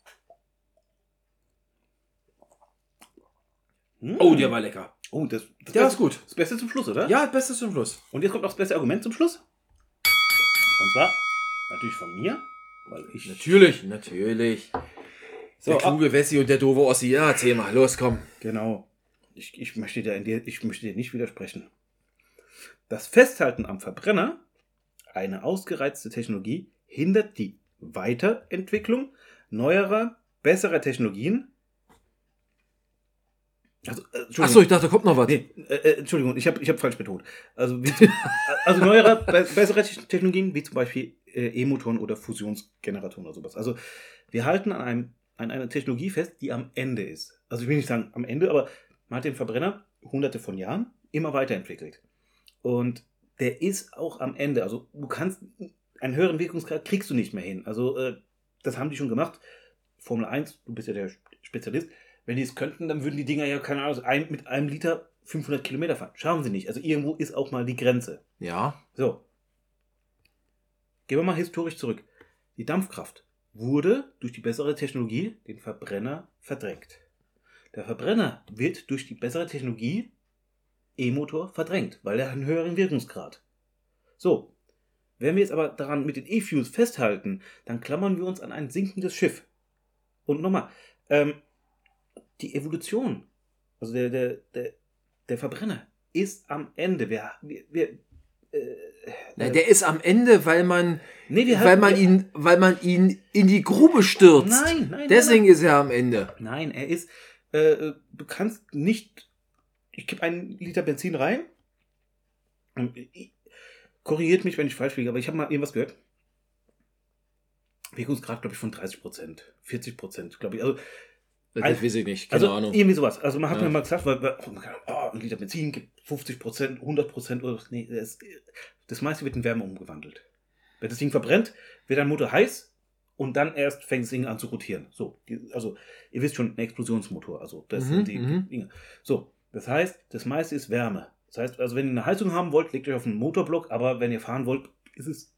Hm. Oh, der war lecker. Oh, das, das, Der Beste, ist gut. das Beste zum Schluss, oder? Ja, bestes zum Schluss. Und jetzt kommt noch das beste Argument zum Schluss. Und zwar natürlich von mir, weil ich... Natürlich, natürlich. So, Der kluge Wessi und der doofe Ossi. Ja, erzähl mal. Los, komm. Genau. Ich, ich, möchte dir in dir, ich möchte dir nicht widersprechen. Das Festhalten am Verbrenner, eine ausgereizte Technologie, hindert die Weiterentwicklung neuerer, besserer Technologien. Also, äh, Entschuldigung. Achso, ich dachte, da kommt noch was. Nee, äh, äh, Entschuldigung, ich habe ich hab falsch betont. Also, wie zum, also neuere, be bessere Technologien, wie zum Beispiel äh, E-Motoren oder Fusionsgeneratoren oder sowas. Also wir halten an, einem, an einer Technologie fest, die am Ende ist. Also ich will nicht sagen am Ende, aber man hat den Verbrenner hunderte von Jahren immer weiterentwickelt. Und der ist auch am Ende. Also du kannst einen höheren Wirkungsgrad kriegst du nicht mehr hin. Also äh, das haben die schon gemacht. Formel eins, du bist ja der Spezialist. Wenn die es könnten, dann würden die Dinger ja, keine Ahnung, ein, mit einem Liter fünfhundert Kilometer fahren. Schauen sie nicht. Also irgendwo ist auch mal die Grenze. Ja. So. Gehen wir mal historisch zurück. Die Dampfkraft wurde durch die bessere Technologie, den Verbrenner, verdrängt. Der Verbrenner wird durch die bessere Technologie, E-Motor, verdrängt, weil er einen höheren Wirkungsgrad. So. Wenn wir jetzt aber daran mit den E-Fuels festhalten, dann klammern wir uns an ein sinkendes Schiff. Und nochmal, ähm, die Evolution, also der, der, der, der Verbrenner, ist am Ende. Wir, wir, wir, äh, Na, der ist am Ende, weil man, nee, wir weil halten- man ihn, weil man ihn in die Grube stürzt. Nein, nein, Deswegen nein, ist er am Ende. nein. Nein, er ist, äh, du kannst nicht, ich gebe einen Liter Benzin rein, und ich, korrigiert mich, wenn ich falsch liege, aber ich habe mal irgendwas gehört. Wirkungsgrad, glaube ich, von dreißig Prozent, vierzig Prozent, glaube ich. Also, Das Also- weiß ich nicht, keine also Ahnung. irgendwie sowas. Also man hat Ja. mir mal gesagt, weil, weil oh, ein Liter Benzin gibt fünfzig Prozent, hundert Prozent oder nee, das, das meiste wird in Wärme umgewandelt. Wenn das Ding verbrennt, wird ein Motor heiß und dann erst fängt das Ding an zu rotieren. So, die, also ihr wisst schon, ein Explosionsmotor, also das Mhm, sind die mhm. Dinge. So, das heißt, das meiste ist Wärme. Das heißt, also wenn ihr eine Heizung haben wollt, legt euch auf einen Motorblock, aber wenn ihr fahren wollt, ist es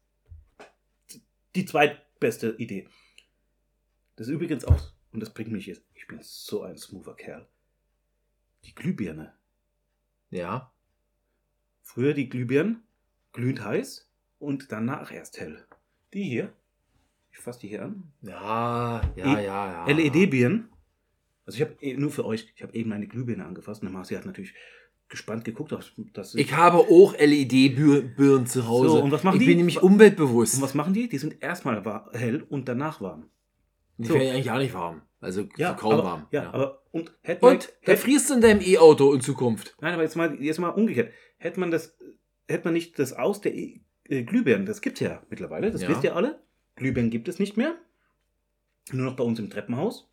die zweitbeste Idee. Das ist übrigens auch, und das bringt mich jetzt, ich bin so ein smoother Kerl. Die Glühbirne. Ja. Früher die Glühbirnen, glühend heiß und danach erst hell. Die hier, ich fasse die hier an, Ja, ja, E- ja, ja. L E D-Birnen. Also ich habe nur für euch, ich habe eben eine Glühbirne angefasst und der Marci hat natürlich gespannt geguckt, dass, dass Ich habe auch L E D-Birnen zu Hause. So, und was machen ich die? bin nämlich umweltbewusst. Und was machen die? Die sind erstmal wa- hell und danach warm. Die so. werden eigentlich gar nicht warm. Also Ja, kaum aber, warm. Ja, aber und hätte man, Und da frierst du in deinem E-Auto in Zukunft. nein, aber jetzt mal, jetzt mal umgekehrt. Hätte man das, hätte man nicht das Aus der E- äh, Glühbirnen, das gibt es ja mittlerweile, das Ja. wisst ihr alle. Glühbirnen gibt es nicht mehr. Nur noch bei uns im Treppenhaus.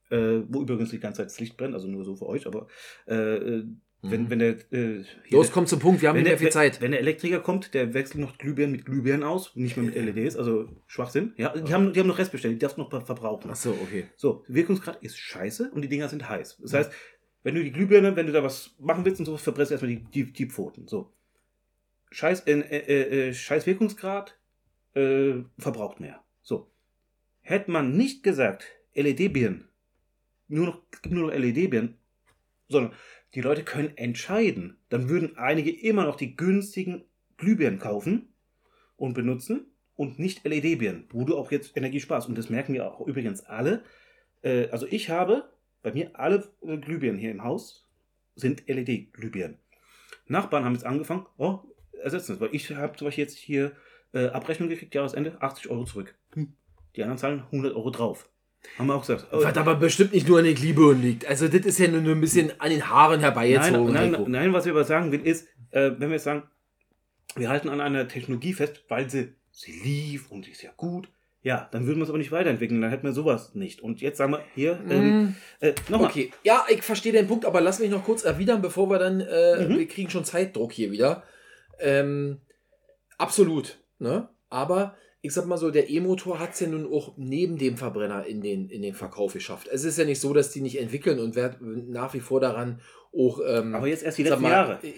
äh, wo übrigens die ganze Zeit das Licht brennt, also nur so für euch, aber äh, wenn, Mhm. wenn der... Äh, Los, der, komm zum Punkt, wir haben wenn nicht mehr der, viel Zeit. Wenn der Elektriker kommt, der wechselt noch Glühbirnen mit Glühbirnen aus, nicht mehr mit L E Ds, also Schwachsinn. Ja, die haben, die haben noch Restbestände, die darfst du noch ver- verbrauchen. Ach so, okay. So, Wirkungsgrad ist scheiße und die Dinger sind heiß. Das heißt, wenn du die Glühbirne, wenn du da was machen willst und so, verbrennst du erstmal die, die, die Pfoten. So. Scheiß, äh, äh, äh, scheiß Wirkungsgrad äh, verbraucht mehr. So. Hätte man nicht gesagt, L E D-Birnen, nur noch, es gibt nur noch L E D-Birnen, sondern die Leute können entscheiden. Dann würden einige immer noch die günstigen Glühbirnen kaufen und benutzen und nicht L E D-Birnen, wo du auch jetzt Energie sparst. Und das merken wir auch übrigens alle. Äh, also ich habe bei mir alle äh, Glühbirnen hier im Haus sind L E D-Glühbirnen. Nachbarn haben jetzt angefangen, oh, ersetzen das, weil ich habe zum Beispiel jetzt hier äh, Abrechnung gekriegt, Jahresende, achtzig Euro zurück. Hm. Die anderen zahlen hundert Euro drauf. Haben wir auch gesagt. Oh, Was aber bestimmt nicht nur an den Glühbirnen liegt. Also das ist ja nur, nur ein bisschen an den Haaren herbeigezogen. Nein, Heiko. nein, nein, was ich aber sagen will, ist, äh, wenn wir jetzt sagen, wir halten an einer Technologie fest, weil sie, sie lief und ist ja gut, ja, dann würden wir es aber nicht weiterentwickeln, dann hätten wir sowas nicht. Und jetzt sagen wir hier, ähm, Mm, äh, nochmal. okay, ja, ich verstehe den Punkt, aber lass mich noch kurz erwidern, bevor wir dann, äh, Mhm. wir kriegen schon Zeitdruck hier wieder. Ähm, absolut, ne? Aber ich sag mal so, der E-Motor hat es ja nun auch neben dem Verbrenner in den, in den Verkauf geschafft. Es ist ja nicht so, dass die nicht entwickeln und werden nach wie vor daran auch. Ähm, Aber jetzt erst die sag letzten mal, Jahre. äh,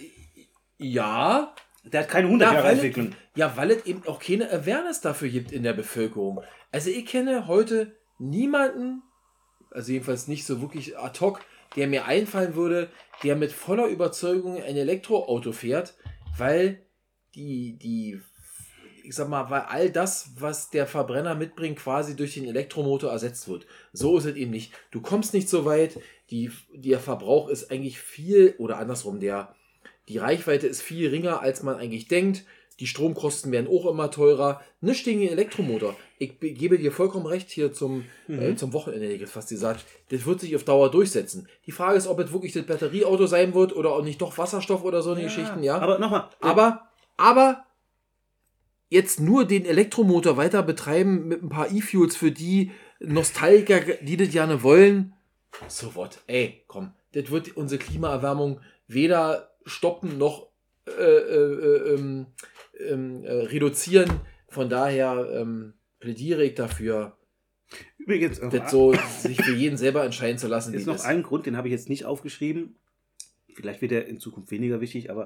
Ja, Der hat keine hundert Ja, Jahre weil es, entwickelt. ja, weil es eben auch keine Awareness dafür gibt in der Bevölkerung. Also ich kenne heute niemanden, also jedenfalls nicht so wirklich ad hoc, der mir einfallen würde, der mit voller Überzeugung ein Elektroauto fährt, weil die, die, ich sag mal, weil all das, was der Verbrenner mitbringt, quasi durch den Elektromotor ersetzt wird. So ist es eben nicht. Du kommst nicht so weit, die, der Verbrauch ist eigentlich viel, oder andersrum, der Die Reichweite ist viel geringer, als man eigentlich denkt. Die Stromkosten werden auch immer teurer. Nicht gegen den Elektromotor. Ich be- gebe dir vollkommen recht hier zum, Mhm. äh, zum Wochenende, hätte ich jetzt fast gesagt. Das wird sich auf Dauer durchsetzen. Die Frage ist, ob es wirklich das Batterieauto sein wird oder auch nicht doch Wasserstoff oder so eine Geschichten, ja. Aber nochmal. Aber, aber jetzt nur den Elektromotor weiter betreiben mit ein paar E-Fuels für die Nostalgiker, die das gerne wollen. So what? Ey, komm. Das wird unsere Klimaerwärmung weder stoppen noch äh, äh, ähm, ähm, äh, reduzieren. Von daher ähm, plädiere ich dafür, Übrigens, äh, das so sich für jeden selber entscheiden zu lassen. ist wie noch das- ein Grund, den habe ich jetzt nicht aufgeschrieben. Vielleicht wird er in Zukunft weniger wichtig, aber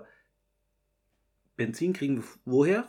Benzin kriegen wir f- woher?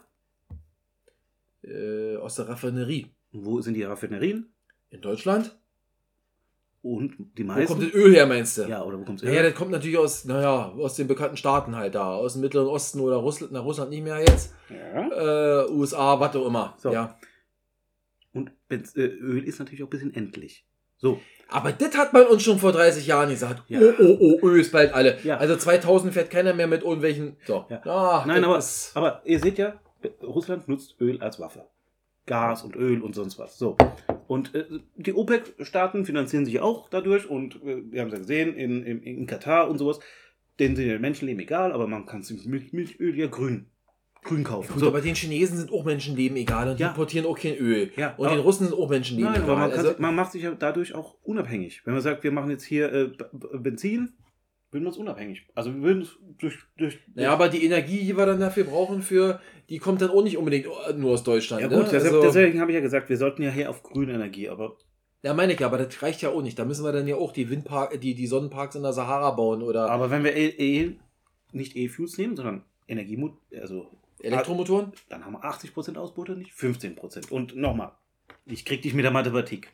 äh, aus der Raffinerie. Und wo sind die Raffinerien? In Deutschland? Und die Wo meisten? kommt das Öl her, meinst du? Ja, oder wo kommt es Ja, her? das kommt natürlich aus, naja, aus den bekannten Staaten halt da. Aus dem Mittleren Osten oder Russland, nach Russland nicht mehr jetzt. Ja. Äh, U S A, was auch immer. So. Ja. Und Benz äh, Öl ist natürlich auch ein bisschen endlich. So. Aber das hat man uns schon vor dreißig Jahren gesagt. Ja. Oh, oh, oh, Öl ist bald alle. Ja. Also zweitausend fährt keiner mehr mit irgendwelchen. So. Ja. Ah, Nein, das aber, ist- aber ihr seht ja, Russland nutzt Öl als Waffe. Gas und Öl und sonst was. So. Und äh, die OPEC-Staaten finanzieren sich auch dadurch und äh, wir haben es ja gesehen, in, in, in Katar und sowas, denen sind ja Menschenleben egal, aber man kann es mit, mit Öl ja grün, grün kaufen. Gut, So. aber den Chinesen sind auch Menschenleben egal und die Ja. importieren auch kein Öl. Ja, und aber- den Russen sind auch Menschenleben Nein, egal. aber man, kann, also, man macht sich ja dadurch auch unabhängig. Wenn man sagt, wir machen jetzt hier äh, B- B- Benzin, würden wir uns unabhängig. Also wir würden es durch, durch, naja, aber die Energie, die wir dann dafür brauchen, für, die kommt dann auch nicht unbedingt nur aus Deutschland. ja ne? gut, deshalb, also, deswegen habe ich ja gesagt, wir sollten ja hier auf grüne Energie, aber ja, meine ich ja, aber das reicht ja auch nicht. Da müssen wir dann ja auch die Windpark, die, die Sonnenparks in der Sahara bauen oder Aber wenn wir eh, eh nicht E-Fuels nehmen, sondern Energiemut, also Elektromotoren. dann haben wir achtzig Prozent Ausbeute, nicht fünfzehn Prozent. Und nochmal, ich krieg dich mit der Mathematik.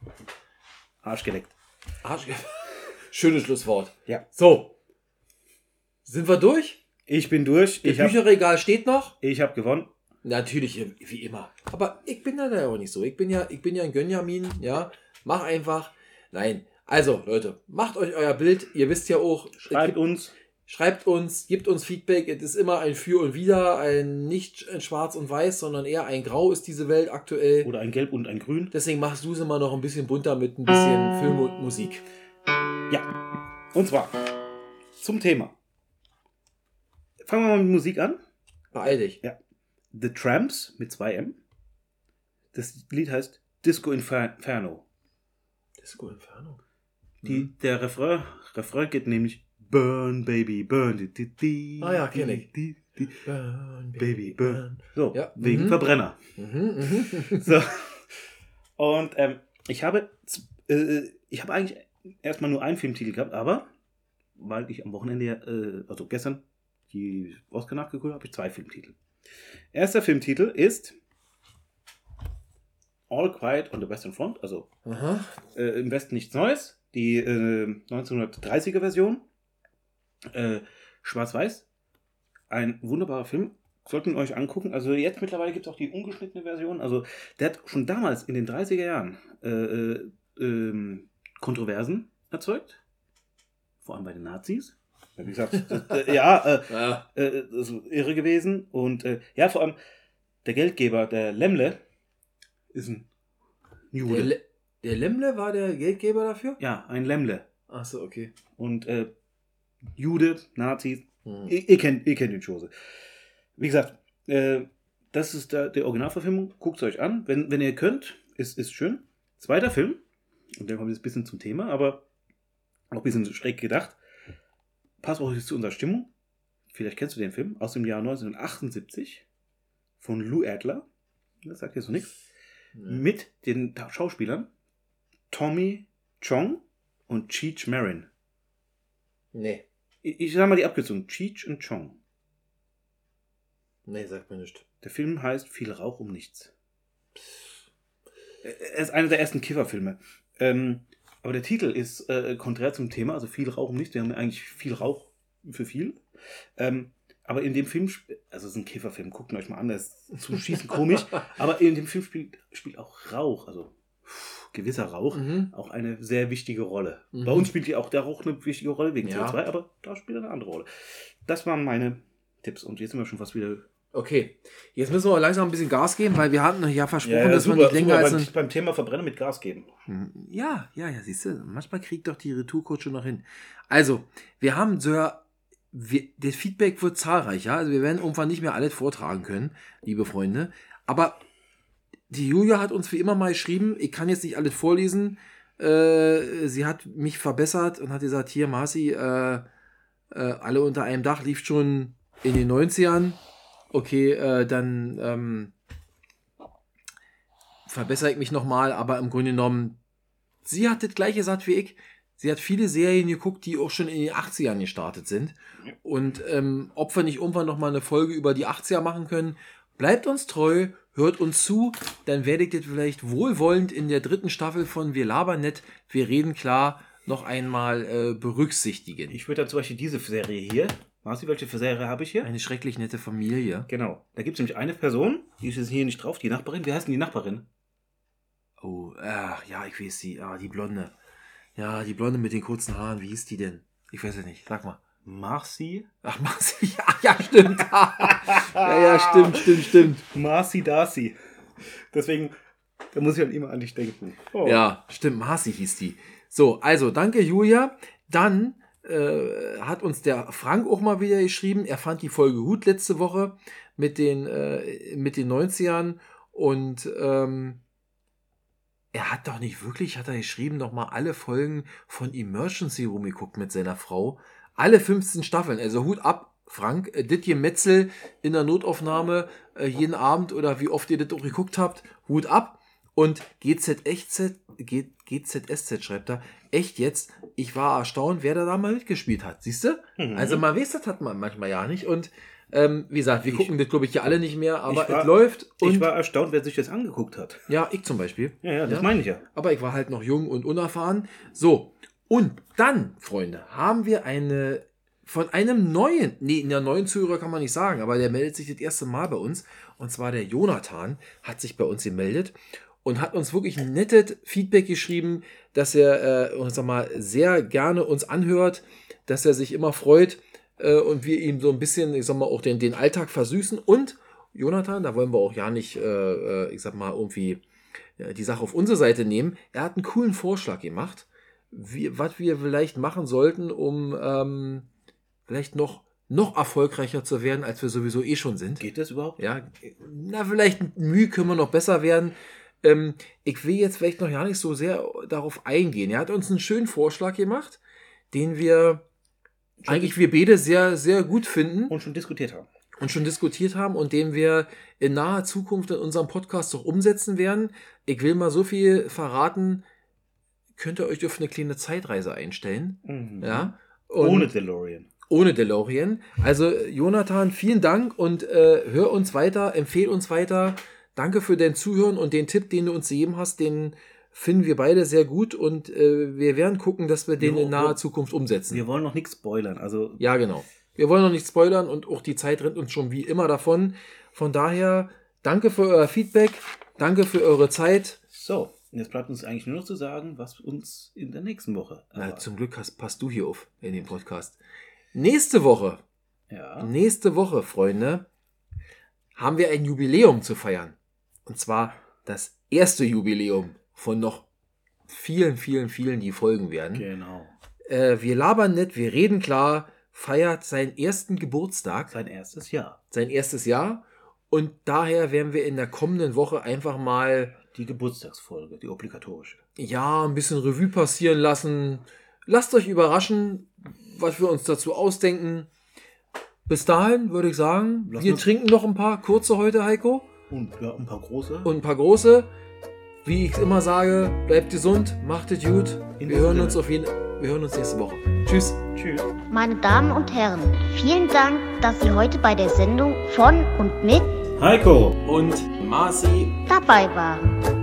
Arsch geleckt. Arsch. Schönes Schlusswort. Ja. So. Sind wir durch? Ich bin durch. Das Ich habe Bücherregal steht noch. ich hab gewonnen. Natürlich, wie immer. Aber ich bin da ja auch nicht so. Ich bin ja, ich bin ja ein Gönjamin, ja. Mach einfach. Nein. Also, Leute, macht euch euer Bild. Ihr wisst ja auch, es Schreibt gibt- uns. schreibt uns, gebt uns Feedback. Es ist immer ein Für und Wider, ein nicht ein Schwarz und Weiß, sondern eher ein Grau ist diese Welt aktuell. Oder ein Gelb und ein Grün. Deswegen machst du es immer noch ein bisschen bunter mit ein bisschen Film und Musik. Ja. Und zwar zum Thema. Fangen wir mal mit Musik an. Beeil dich. The Tramps mit zwei M. Das Lied heißt Disco Infer- Inferno. Disco Inferno. Die, Mhm. Der Refrain, Refrain geht nämlich Burn, Baby, Burn. Die, die, die, Ah ja, kenn ich. Die, die, Burn, Baby, Burn. So, Ja. wegen Mhm. Verbrenner. Mhm, mhm. So. Und ähm, ich habe z- äh, ich habe eigentlich erstmal nur einen Filmtitel gehabt, aber weil ich am Wochenende, äh, also gestern, die Oscar nachgeguckt habe, habe ich zwei Filmtitel. Erster Filmtitel ist All Quiet on the Western Front, also Aha. äh, im Westen nichts Neues, die äh, neunzehnhundertdreißiger Version, äh, schwarz-weiß, ein wunderbarer Film, sollten ihr euch angucken. Also jetzt mittlerweile gibt es auch die ungeschnittene Version, also der hat schon damals in den dreißiger Jahren äh, äh, ähm, Kontroversen erzeugt, vor allem bei den Nazis. Wie gesagt, das, äh, ja, äh, Ja. äh, das ist irre gewesen. Und äh, ja, vor allem der Geldgeber, der Lemle, ist ein Der, Jude. Le der Lemle war der Geldgeber dafür? Ja, ein Lemle. Achso, okay. Und äh, Jude, Nazis, Hm. ihr, ihr, kennt, ihr kennt die Chose. Wie gesagt, äh, das ist der, die Originalverfilmung. Guckt es euch an, wenn, wenn ihr könnt. Ist, ist schön. Zweiter Film, und dann kommt jetzt ein bisschen zum Thema, aber auch ein bisschen schräg gedacht. Passt auch zu unserer Stimmung. Vielleicht kennst du den Film aus dem Jahr neunzehnhundertachtundsiebzig von Lou Adler. Das sagt dir so nichts. Ja. Mit den Schauspielern Tommy Chong und Cheech Marin. Nee. Ich, ich sag mal die Abkürzung. Cheech und Chong. Nee, sagt mir nicht. Der Film heißt Viel Rauch um nichts. Er ist einer der ersten Kifferfilme. Ähm, aber der Titel ist äh, konträr zum Thema, also viel Rauch um nichts. Wir haben eigentlich viel Rauch für viel. Ähm, aber in dem Film, sp- also es ist ein Kifferfilm, guckt ihn euch mal an, das ist zu schießen komisch. Aber in dem Film spielt, spielt auch Rauch, also pff, gewisser Rauch, Mhm. auch eine sehr wichtige Rolle. Mhm. Bei uns spielt ja auch der Rauch eine wichtige Rolle wegen Ja. C O zwei, aber da spielt er eine andere Rolle. Das waren meine Tipps und jetzt sind wir schon fast wieder. Okay. Jetzt müssen wir langsam ein bisschen Gas geben, weil wir hatten ja versprochen, dass wir nicht länger als beim, ein... beim Thema Verbrennen mit Gas geben. Ja, ja, ja, siehst du, manchmal kriegt doch die Retourcoach schon noch hin. Also, wir haben so, wir, das Feedback wird zahlreich, ja, also wir werden irgendwann nicht mehr alles vortragen können, liebe Freunde, aber die Julia hat uns wie immer mal geschrieben, ich kann jetzt nicht alles vorlesen, äh, sie hat mich verbessert und hat gesagt, hier Marci, äh, äh, alle unter einem Dach lief schon in den neunzigern, okay, äh, dann ähm, verbessere ich mich nochmal, aber im Grunde genommen, sie hat das gleiche gesagt wie ich. Sie hat viele Serien geguckt, die auch schon in den achtzigern gestartet sind. Und ähm, ob wir nicht irgendwann nochmal eine Folge über die achtziger machen können, bleibt uns treu, hört uns zu, dann werde ich das vielleicht wohlwollend in der dritten Staffel von Wir labern nicht, wir reden klar, noch einmal äh, berücksichtigen. Ich würde dann zum Beispiel diese Serie hier. Marci, welche Serie habe ich hier? Eine schrecklich nette Familie. Genau. Da gibt es nämlich eine Person, die ist jetzt hier nicht drauf, die Nachbarin. Wie heißt denn die Nachbarin? Oh, ach, ja, ich weiß die, ah, die Blonde. Ja, die Blonde mit den kurzen Haaren, wie hieß die denn? Ich weiß es nicht, sag mal. Marci? Ach, Marci, ja, ja, stimmt. ja, ja, stimmt, stimmt, stimmt. Marci Darcy. Deswegen, da muss ich halt immer an dich denken. Oh. Ja, stimmt, Marci hieß die. So, also, danke, Julia. Dann äh, hat uns der Frank auch mal wieder geschrieben, er fand die Folge gut letzte Woche mit den, äh, mit den neunzigern und ähm, er hat doch nicht wirklich, hat er geschrieben, noch mal alle Folgen von Emergency Room geguckt mit seiner Frau. Alle fünfzehn Staffeln, also Hut ab, Frank. Äh, das Gemetzel in der Notaufnahme äh, jeden Abend oder wie oft ihr das auch geguckt habt, Hut ab. Und G Z S Z, G, G Z S Z schreibt da, echt jetzt, ich war erstaunt, wer da, da mal mitgespielt hat, siehst du? Mhm. Also man weiß, das hat man manchmal ja nicht und ähm, wie gesagt, wir Ich- gucken das glaube ich ja alle nicht mehr, aber Ich war- es läuft und Ich war erstaunt, wer sich das angeguckt hat. ja, ich zum Beispiel. Ja, ja, das Ja. meine ich ja. Aber ich war halt noch jung und unerfahren. So, und dann, Freunde, haben wir eine von einem neuen, nee, der neuen Zuhörer kann man nicht sagen, aber der meldet sich das erste Mal bei uns. Und zwar der Jonathan hat sich bei uns gemeldet und hat uns wirklich ein nettes Feedback geschrieben, dass er äh, uns sag mal, sehr gerne uns anhört, dass er sich immer freut äh, und wir ihm so ein bisschen, ich sag mal, auch den, den Alltag versüßen. Und Jonathan, da wollen wir auch ja nicht, äh, ich sag mal, irgendwie die Sache auf unsere Seite nehmen. Er hat einen coolen Vorschlag gemacht, wie, was wir vielleicht machen sollten, um ähm, vielleicht noch, noch erfolgreicher zu werden, als wir sowieso eh schon sind. Geht das überhaupt? Ja, na, vielleicht Mühe können wir noch besser werden. Ähm, ich will jetzt vielleicht noch gar nicht so sehr darauf eingehen. Er hat uns einen schönen Vorschlag gemacht, den wir schon eigentlich wir beide sehr, sehr gut finden. Und schon diskutiert haben. Und schon diskutiert haben und den wir in naher Zukunft in unserem Podcast auch umsetzen werden. Ich will mal so viel verraten, könnt ihr euch auf eine kleine Zeitreise einstellen. Mhm. Ja? Und ohne DeLorean. Ohne DeLorean. Also Jonathan, vielen Dank und äh, hör uns weiter, empfehl uns weiter. Danke für dein Zuhören und den Tipp, den du uns gegeben hast, den finden wir beide sehr gut und äh, wir werden gucken, dass wir den wir, in naher wir, Zukunft umsetzen. Wir wollen noch nichts spoilern. Also ja, genau. Wir wollen noch nicht spoilern und auch die Zeit rennt uns schon wie immer davon. Von daher, danke für euer Feedback, danke für eure Zeit. So, jetzt bleibt uns eigentlich nur noch zu sagen, was uns in der nächsten Woche Na, zum Glück hast, passt du hier auf in den Podcast. Nächste Woche, ja. nächste Woche, Freunde, haben wir ein Jubiläum zu feiern. Und zwar das erste Jubiläum von noch vielen, vielen, vielen, die folgen werden. Genau. Äh, wir labern nicht, wir reden klar, feiert seinen ersten Geburtstag. Sein erstes Jahr. Sein erstes Jahr. Und daher werden wir in der kommenden Woche einfach mal die Geburtstagsfolge, die obligatorische. Ja, ein bisschen Revue passieren lassen. Lasst euch überraschen, was wir uns dazu ausdenken. Bis dahin würde ich sagen, Lass wir trinken noch ein paar kurze heute, Heiko. Und ja, ein paar große. Und ein paar große. Wie ich immer sage, bleibt gesund, macht es gut. In wir hören uns auf jeden Wir hören uns nächste Woche. Tschüss. Tschüss. Meine Damen und Herren, vielen Dank, dass Sie heute bei der Sendung von und mit Heiko und Marci dabei waren.